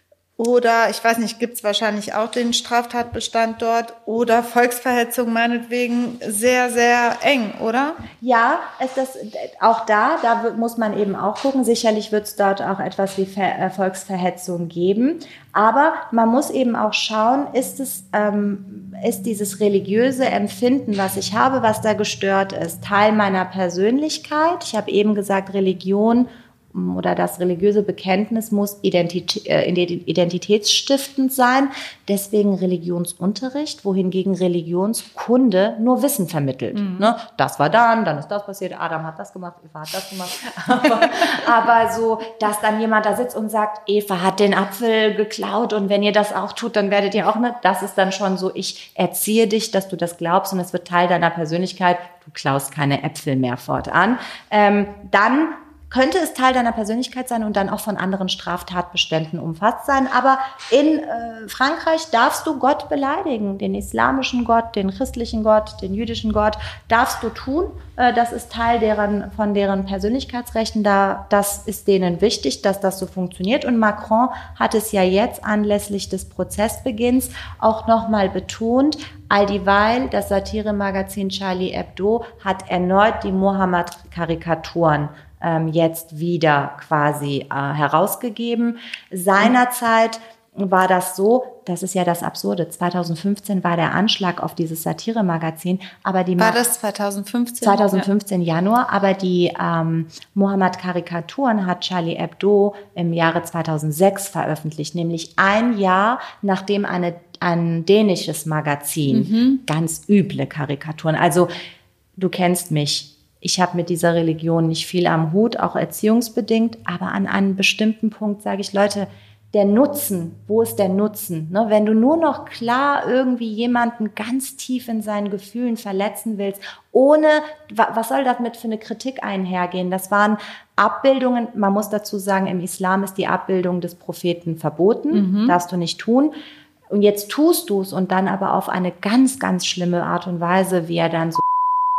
Oder, ich weiß nicht, gibt's wahrscheinlich auch den Straftatbestand dort oder Volksverhetzung meinetwegen sehr, sehr eng, oder? Ja, ist das auch da, da muss man eben auch gucken. Sicherlich wird es dort auch etwas wie Ver- Volksverhetzung geben. Aber man muss eben auch schauen, ist es, ähm, ist dieses religiöse Empfinden, was ich habe, was da gestört ist, Teil meiner Persönlichkeit? Ich habe eben gesagt, Religion oder das religiöse Bekenntnis muss identitä- äh, identitätsstiftend sein, deswegen Religionsunterricht, wohingegen Religionskunde nur Wissen vermittelt. Mhm. Ne? Das war dann, dann ist das passiert, Adam hat das gemacht, Eva hat das gemacht. aber, aber so, dass dann jemand da sitzt und sagt, Eva hat den Apfel geklaut und wenn ihr das auch tut, dann werdet ihr auch nicht. Das ist dann schon so, ich erziehe dich, dass du das glaubst und es wird Teil deiner Persönlichkeit, du klaust keine Äpfel mehr fortan. Ähm, dann könnte es Teil deiner Persönlichkeit sein und dann auch von anderen Straftatbeständen umfasst sein. Aber in äh, Frankreich darfst du Gott beleidigen, den islamischen Gott, den christlichen Gott, den jüdischen Gott, darfst du tun. Äh, das ist Teil deren, von deren Persönlichkeitsrechten. Da, das ist denen wichtig, dass das so funktioniert. Und Macron hat es ja jetzt anlässlich des Prozessbeginns auch nochmal betont, all dieweil das Satiremagazin Charlie Hebdo hat erneut die Mohammed-Karikaturen ähm, jetzt wieder quasi äh, herausgegeben. Seinerzeit war das so, das ist ja das Absurde, zweitausendfünfzehn war der Anschlag auf dieses Satiremagazin, aber die War das zweitausendfünfzehn? zweitausendfünfzehn ja. Januar, aber die ähm, Mohammed-Karikaturen hat Charlie Hebdo im Jahre zweitausendsechs veröffentlicht, nämlich ein Jahr nachdem eine ein dänisches Magazin mhm. ganz üble Karikaturen, also du kennst mich, ich habe mit dieser Religion nicht viel am Hut, auch erziehungsbedingt, aber an einem bestimmten Punkt sage ich, Leute, der Nutzen, wo ist der Nutzen? Ne, wenn du nur noch klar irgendwie jemanden ganz tief in seinen Gefühlen verletzen willst, ohne, was soll damit für eine Kritik einhergehen? Das waren Abbildungen, man muss dazu sagen, im Islam ist die Abbildung des Propheten verboten, mhm. darfst du nicht tun. Und jetzt tust du es und dann aber auf eine ganz, ganz schlimme Art und Weise, wie er dann so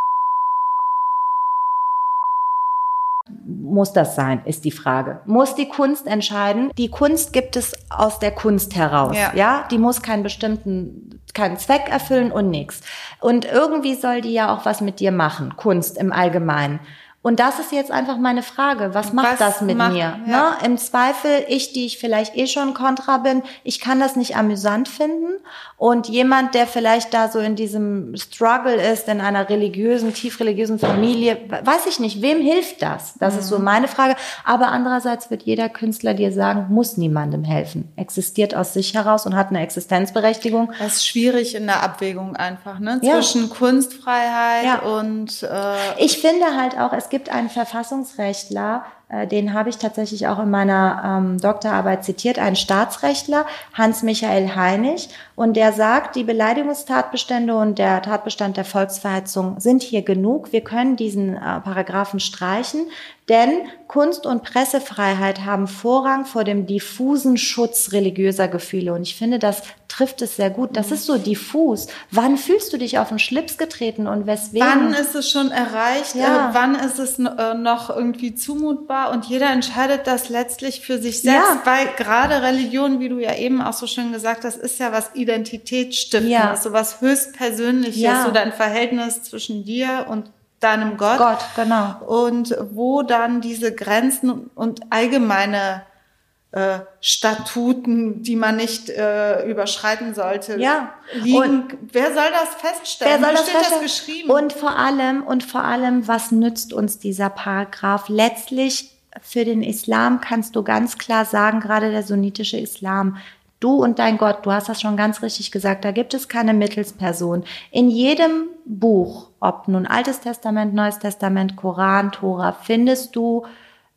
muss das sein, ist die Frage. Muss die Kunst entscheiden? Die Kunst gibt es aus der Kunst heraus, ja. ja? Die muss keinen bestimmten, keinen Zweck erfüllen und nix. Und irgendwie soll die ja auch was mit dir machen, Kunst im Allgemeinen. Und das ist jetzt einfach meine Frage. Was macht was das mit macht, mir? Ja. Ne? Im Zweifel, ich, die ich vielleicht eh schon kontra bin, ich kann das nicht amüsant finden. Und jemand, der vielleicht da so in diesem Struggle ist, in einer religiösen, tief religiösen Familie, weiß ich nicht, wem hilft das? Das mhm. ist so meine Frage. Aber andererseits wird jeder Künstler dir sagen, muss niemandem helfen. Existiert aus sich heraus und hat eine Existenzberechtigung. Das ist schwierig in der Abwägung einfach, ne? Zwischen ja. Kunstfreiheit ja. und... Äh ich finde halt auch, es gibt einen Verfassungsrechtler, äh, den habe ich tatsächlich auch in meiner ähm, Doktorarbeit zitiert, einen Staatsrechtler, Hans-Michael Heinig, und der sagt, die Beleidigungstatbestände und der Tatbestand der Volksverhetzung sind hier genug. Wir können diesen äh, Paragraphen streichen, denn Kunst- und Pressefreiheit haben Vorrang vor dem diffusen Schutz religiöser Gefühle. Und ich finde, das trifft es sehr gut. Das ist so diffus. Wann fühlst du dich auf den Schlips getreten und weswegen? Wann ist es schon erreicht? Ja. Äh, wann ist es äh, noch irgendwie zumutbar? Und jeder entscheidet das letztlich für sich selbst, ja. weil gerade Religion, wie du ja eben auch so schön gesagt hast, ist ja was Identitätsstiftendes, ja. so was höchstpersönliches, ja. so dein Verhältnis zwischen dir und deinem Gott. Gott, genau. Und wo dann diese Grenzen und allgemeine äh, Statuten, die man nicht äh, überschreiten sollte, ja. liegen. Und wer soll das feststellen? Wer soll Wo das steht feststellen? das geschrieben? Und vor allem, und vor allem, was nützt uns dieser Paragraph? Letztlich für den Islam kannst du ganz klar sagen, gerade der sunnitische Islam, du und dein Gott, du hast das schon ganz richtig gesagt, da gibt es keine Mittelsperson. In jedem Buch, ob nun Altes Testament, Neues Testament, Koran, Tora, findest du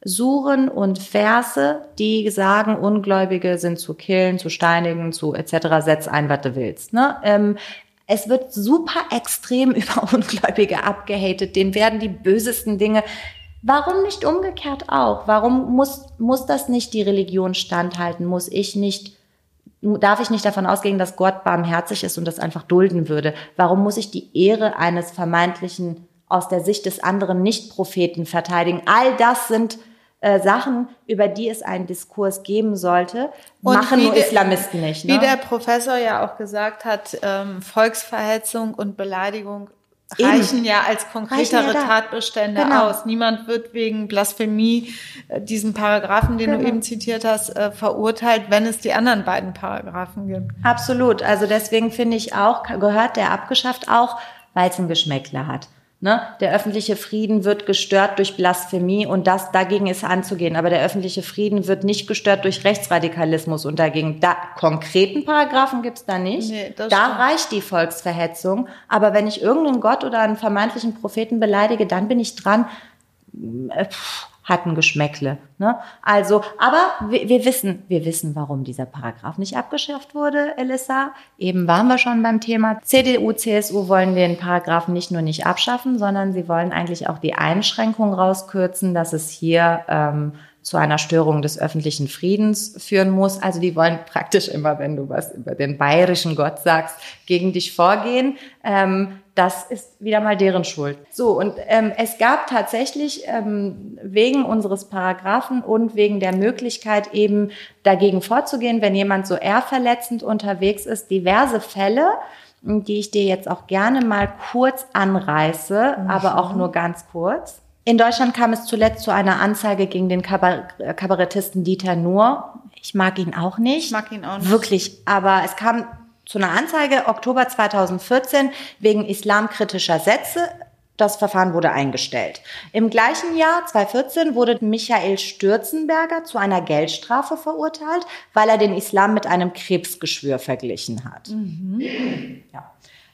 Suren und Verse, die sagen, Ungläubige sind zu killen, zu steinigen, zu et cetera. Setz ein, was du willst. Ne? Ähm, es wird super extrem über Ungläubige abgehatet. Denen werden die bösesten Dinge. Warum nicht umgekehrt auch? Warum muss, muss das nicht die Religion standhalten? Muss ich nicht, darf ich nicht davon ausgehen, dass Gott barmherzig ist und das einfach dulden würde? Warum muss ich die Ehre eines vermeintlichen, aus der Sicht des anderen Nicht-Propheten verteidigen? All das sind äh, Sachen, über die es einen Diskurs geben sollte, und machen nur der, Islamisten nicht. Ne? Wie der Professor ja auch gesagt hat, ähm, Volksverhetzung und Beleidigung reichen Eben. ja als konkretere ja Tatbestände genau. aus. Niemand wird wegen Blasphemie äh, diesen Paragraphen, den genau. du eben zitiert hast, äh, verurteilt, wenn es die anderen beiden Paragraphen gibt. Absolut. Also deswegen finde ich auch, gehört der abgeschafft, auch weil es ein Geschmäckle hat. Ne? Der öffentliche Frieden wird gestört durch Blasphemie und das dagegen ist anzugehen. Aber der öffentliche Frieden wird nicht gestört durch Rechtsradikalismus und dagegen. Da, konkreten Paragraphen gibt's da nicht. Nee, da stimmt. Reicht die Volksverhetzung. Aber wenn ich irgendeinen Gott oder einen vermeintlichen Propheten beleidige, dann bin ich dran. Äh, pff, hat ein Geschmäckle. Ne? Also, aber wir, wir wissen, wir wissen, warum dieser Paragraph nicht abgeschafft wurde, Elissa. Eben waren wir schon beim Thema. C D U, C S U wollen den Paragraphen nicht nur nicht abschaffen, sondern sie wollen eigentlich auch die Einschränkung rauskürzen, dass es hier ähm, zu einer Störung des öffentlichen Friedens führen muss. Also die wollen praktisch immer, wenn du was über den bayerischen Gott sagst, gegen dich vorgehen. Ähm, das ist wieder mal deren Schuld. So, und ähm, es gab tatsächlich ähm, wegen unseres Paragraphen und wegen der Möglichkeit eben dagegen vorzugehen, wenn jemand so ehrverletzend unterwegs ist, diverse Fälle, die ich dir jetzt auch gerne mal kurz anreiße, mhm. aber auch nur ganz kurz. In Deutschland kam es zuletzt zu einer Anzeige gegen den Kabar- Kabarettisten Dieter Nuhr. Ich mag ihn auch nicht. Ich mag ihn auch nicht. Wirklich, aber es kam zu einer Anzeige Oktober zweitausendvierzehn wegen islamkritischer Sätze. Das Verfahren wurde eingestellt. Im gleichen Jahr, zweitausendvierzehn, wurde Michael Stürzenberger zu einer Geldstrafe verurteilt, weil er den Islam mit einem Krebsgeschwür verglichen hat. Mhm. Ja.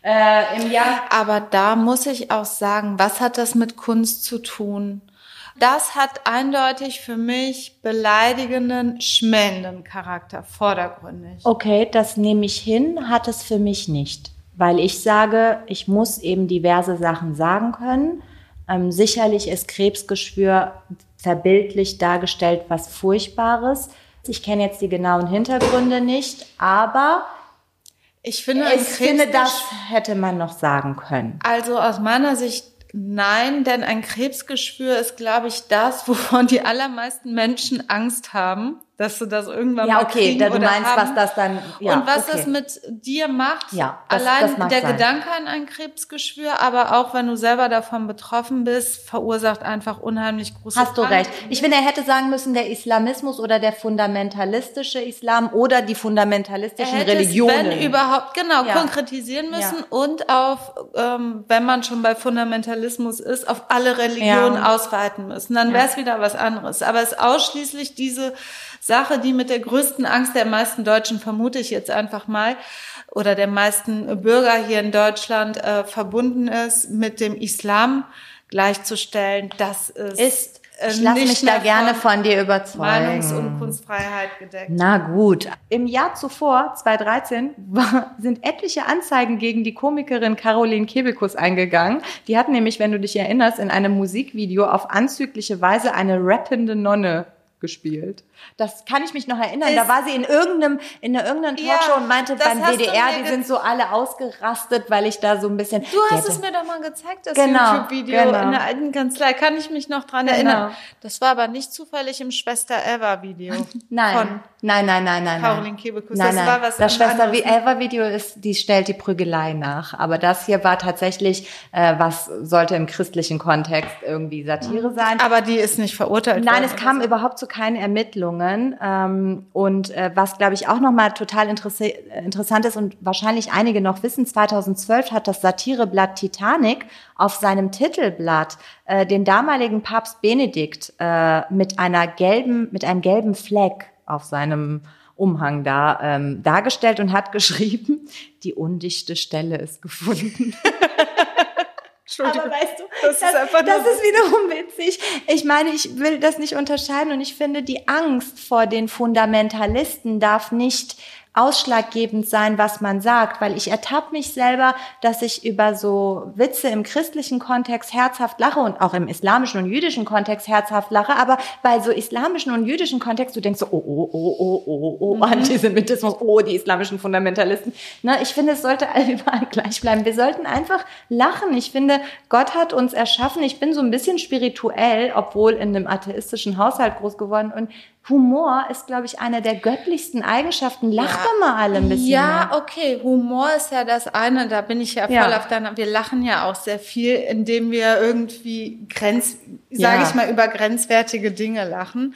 Äh, im Jahr. Aber da muss ich auch sagen, was hat das mit Kunst zu tun? Das hat eindeutig für mich beleidigenden, schmähenden Charakter, vordergründig. Okay, das nehme ich hin, hat es für mich nicht. Weil ich sage, ich muss eben diverse Sachen sagen können. Ähm, sicherlich ist Krebsgeschwür verbildlich dargestellt was Furchtbares. Ich kenne jetzt die genauen Hintergründe nicht, aber ich finde, ich finde, das hätte man noch sagen können. Also aus meiner Sicht nein, denn ein Krebsgeschwür ist, glaube ich, das, wovon die allermeisten Menschen Angst haben, dass sie das irgendwann ja, mal okay, kriegen da, du oder meinst, haben. was das dann, ja, und was okay. das mit dir macht, ja, das, allein das der sein. Gedanke an ein Krebsgeschwür, aber auch wenn du selber davon betroffen bist, verursacht einfach unheimlich große Hast du recht. Ich finde, er hätte sagen müssen, der Islamismus oder der fundamentalistische Islam oder die fundamentalistischen er hätte Religionen. Es, wenn überhaupt, genau, ja. konkretisieren müssen ja. und auf, ähm, wenn man schon bei Fundamentalismus ist, auf alle Religionen ja. ausweiten müssen. Dann wäre es ja. wieder was anderes. Aber es ist ausschließlich diese Sache, die mit der größten Angst der meisten Deutschen, vermute ich jetzt einfach mal, oder der meisten Bürger hier in Deutschland äh, verbunden ist, mit dem Islam gleichzustellen. Das ist, ist äh, ich lasse mich da gerne von dir überzeugen. Meinungs- und Kunstfreiheit gedeckt. Na gut. Im Jahr zuvor, zweitausenddreizehn, war, sind etliche Anzeigen gegen die Komikerin Caroline Kebekus eingegangen. Die hat nämlich, wenn du dich erinnerst, in einem Musikvideo auf anzügliche Weise eine rappende Nonne gespielt. Das kann ich mich noch erinnern. Ist da war sie in irgendeinem in einer irgendeiner Talkshow ja, und meinte beim W D R, die sind so alle ausgerastet, weil ich da so ein bisschen... Du hast es mir doch mal gezeigt, das genau, YouTube-Video genau. in der alten Kanzlei. Kann ich mich noch dran genau. erinnern. Das war aber nicht zufällig im Schwester-Eva-Video. Nein. Von nein, nein, nein, nein. Caroline Kebekus. Nein, das nein. war was das Schwester-Eva-Video ne? ist, die stellt die Prügelei nach. Aber das hier war tatsächlich, äh, was sollte im christlichen Kontext irgendwie Satire sein. Aber die ist nicht verurteilt Nein, worden. es kam so. überhaupt zu keinen Ermittlungen. Ähm, und äh, was, glaube ich, auch nochmal total interess- interessant ist und wahrscheinlich einige noch wissen, zweitausendzwölf hat das Satireblatt Titanic auf seinem Titelblatt äh, den damaligen Papst Benedikt äh, mit einer gelben, mit einem gelben Fleck auf seinem Umhang da ähm, dargestellt und hat geschrieben, die undichte Stelle ist gefunden. Entschuldigung. Aber weißt du, das, das, ist, einfach das nur ist wiederum witzig. Ich meine, ich will das nicht unterscheiden und ich finde, die Angst vor den Fundamentalisten darf nicht ausschlaggebend sein, was man sagt, weil ich ertappe mich selber, dass ich über so Witze im christlichen Kontext herzhaft lache und auch im islamischen und jüdischen Kontext herzhaft lache, aber bei so islamischen und jüdischen Kontext, du denkst so, oh, oh, oh, oh, oh, oh, mhm. Antisemitismus, oh, die islamischen Fundamentalisten. Ne, ich finde, es sollte überall gleich bleiben. Wir sollten einfach lachen. Ich finde, Gott hat uns erschaffen. Ich bin so ein bisschen spirituell, obwohl in einem atheistischen Haushalt groß geworden und Humor ist, glaube ich, eine der göttlichsten Eigenschaften. Lach ja. doch mal alle ein bisschen Ja, mehr. okay, Humor ist ja das eine, da bin ich ja voll Ja. auf deiner, wir lachen ja auch sehr viel, indem wir irgendwie Grenz, Ja. sage ich mal, über grenzwertige Dinge lachen.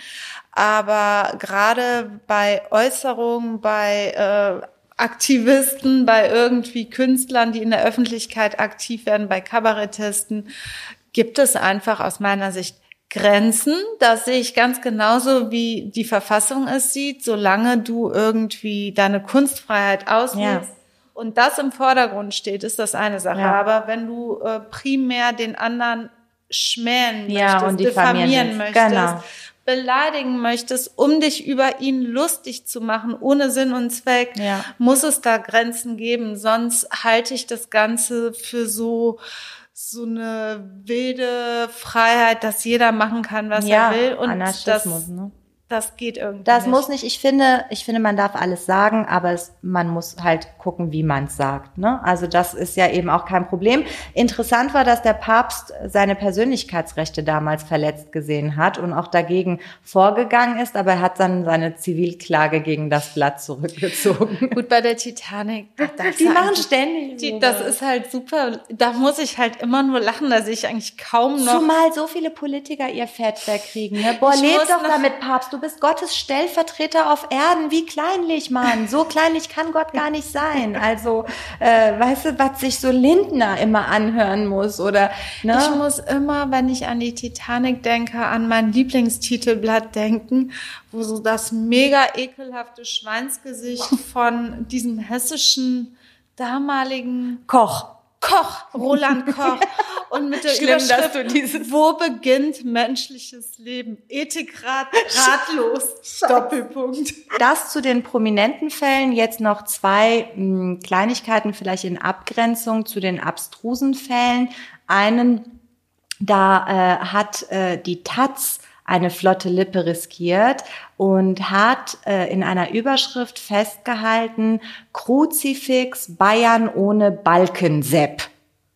Aber gerade bei Äußerungen, bei äh, Aktivisten, bei irgendwie Künstlern, die in der Öffentlichkeit aktiv werden, bei Kabarettisten, gibt es einfach aus meiner Sicht Grenzen. Das sehe ich ganz genauso, wie die Verfassung es sieht, solange du irgendwie deine Kunstfreiheit auslebst. Ja. Und das im Vordergrund steht, ist das eine Sache. Ja. Aber wenn du äh, primär den anderen schmähen Ja, möchtest, und diffamieren diffamieren willst. möchtest, Genau. beleidigen möchtest, um dich über ihn lustig zu machen, ohne Sinn und Zweck, Ja. muss es da Grenzen geben. Sonst halte ich das Ganze für so so eine wilde Freiheit, dass jeder machen kann, was Ja, er will. Und Anarchismus, das, ne? das geht irgendwie Das nicht. muss nicht, ich finde, ich finde, man darf alles sagen, aber es, man muss halt gucken, wie man es sagt, ne? Also das ist ja eben auch kein Problem. Interessant war, dass der Papst seine Persönlichkeitsrechte damals verletzt gesehen hat und auch dagegen vorgegangen ist, aber er hat dann seine Zivilklage gegen das Blatt zurückgezogen. Gut, bei der Titanic. Das Die ist machen eigentlich- ständig Die, sowas. das ist halt super. Da muss ich halt immer nur lachen. Da sehe ich eigentlich kaum noch. Zumal so viele Politiker ihr Fett wegkriegen. Ne? Boah, Ich leb muss doch noch- damit, Papst. Du bist Gottes Stellvertreter auf Erden. Wie kleinlich, Mann. So kleinlich kann Gott gar nicht sein. Also, äh, weißt du, was sich so Lindner immer anhören muss oder, ne? Ich muss immer, wenn ich an die Titanic denke, an mein Lieblingstitelblatt denken, wo so das mega ekelhafte Schweinsgesicht von diesem hessischen damaligen Koch. Koch, Roland Koch, und mit der Schlimm, dass Überschrift, du dieses- wo beginnt menschliches Leben? Ethikrat, ratlos, Doppelpunkt. Das zu den prominenten Fällen. Jetzt noch zwei mh, Kleinigkeiten vielleicht in Abgrenzung zu den abstrusen Fällen. Einen, da äh, hat äh, die Taz eine flotte Lippe riskiert und hat äh, in einer Überschrift festgehalten, Kruzifix Bayern ohne Balkensepp.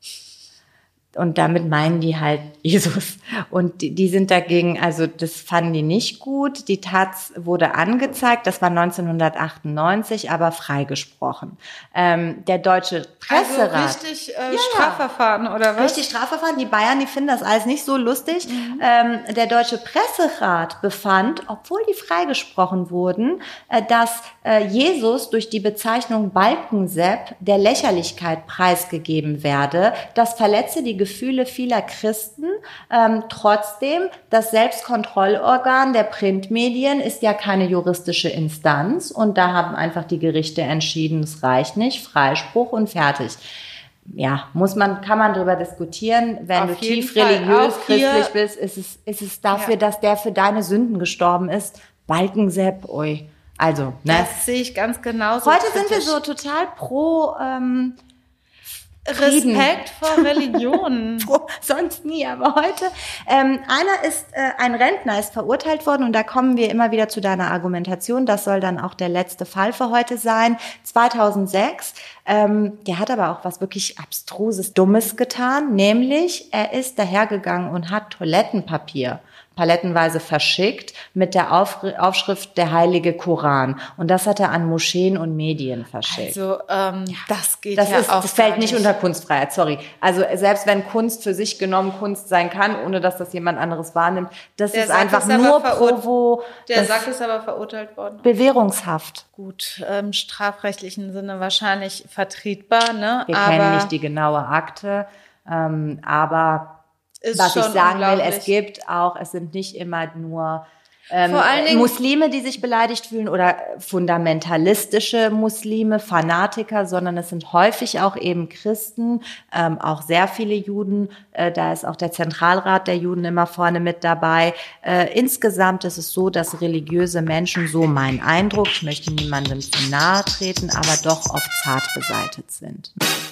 Und damit meinen die halt Jesus. Und die, die sind dagegen, also das fanden die nicht gut. Die Taz wurde angezeigt, das war neunzehnhundertachtundneunzig, aber freigesprochen. Ähm, der deutsche Presserat. Also richtig äh, Ja. Strafverfahren, oder was? Richtig Strafverfahren. Die Bayern, die finden das alles nicht so lustig. Ähm, der Deutsche Presserat befand, obwohl die freigesprochen wurden, äh, dass äh, Jesus durch die Bezeichnung Balkensepp der Lächerlichkeit preisgegeben werde. Das verletze die Gefühle vieler Christen. Ähm, trotzdem, das Selbstkontrollorgan der Printmedien ist ja keine juristische Instanz und da haben einfach die Gerichte entschieden, es reicht nicht, Freispruch und fertig. Ja, muss man, kann man darüber diskutieren. Wenn Auf du jeden tief Fall. religiös, Auch hier- christlich bist, ist es, ist es dafür, Ja. dass der für deine Sünden gestorben ist. Balkensepp, ui. Also, ne? Das sehe ich ganz genauso. Heute sind wir kritisch. so total pro, ähm, Frieden. Respekt vor Religionen. Pro- sonst nie, aber heute. Ähm, einer ist, äh, ein Rentner ist verurteilt worden und da kommen wir immer wieder zu deiner Argumentation. Das soll dann auch der letzte Fall für heute sein. zweitausendsechs. Ähm, der hat aber auch was wirklich abstruses, Dummes getan, nämlich er ist dahergegangen und hat Toilettenpapier palettenweise verschickt mit der Auf- Aufschrift der Heilige Koran. Und das hat er an Moscheen und Medien verschickt. Also, ähm, das geht Das, ja ist, auch das fällt gar nicht unter Kunstfreiheit, sorry. Also selbst wenn Kunst für sich genommen Kunst sein kann, ohne dass das jemand anderes wahrnimmt, das Der ist Sack einfach ist aber nur verur- Provo, Der das Sack ist aber verurteilt worden. Bewährungshaft. Gut, im strafrechtlichen Sinne wahrscheinlich vertretbar, ne? Wir aber kennen nicht die genaue Akte, ähm, aber ist was ich schon sagen will, unglaublich. es gibt auch, es sind nicht immer nur ähm, Vor allen Dingen Muslime, die sich beleidigt fühlen oder fundamentalistische Muslime, Fanatiker, sondern es sind häufig auch eben Christen, ähm, auch sehr viele Juden. Äh, da ist auch der Zentralrat der Juden immer vorne mit dabei. Äh, insgesamt ist es so, dass religiöse Menschen, so mein Eindruck, ich möchte niemandem zu nahe treten, aber doch oft zart beseitet sind.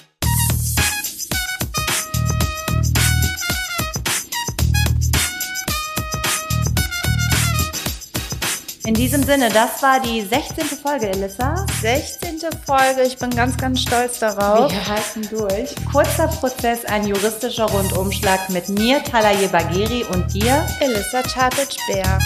In diesem Sinne, das war die sechzehnte Folge, Elissa. sechzehnte Folge, ich bin ganz, ganz stolz darauf. Wir halten durch. Kurzer Prozess, ein juristischer Rundumschlag mit mir, Talaye Bagheri, und dir, Elissa Chartic-Bär.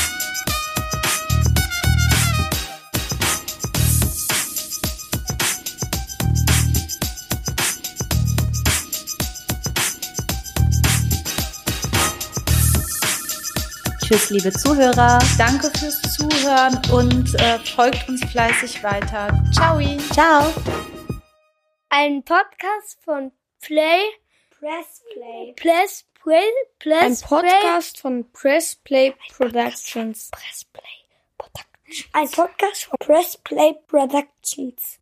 Tschüss, liebe Zuhörer. Danke fürs Zuhören und äh, folgt uns fleißig weiter. Ciao. Ciao. Ein Podcast von Play Press Play. Press Play. Press Ein Podcast von Press Play Productions. Press Play Productions. Ein Podcast von Press Play Productions.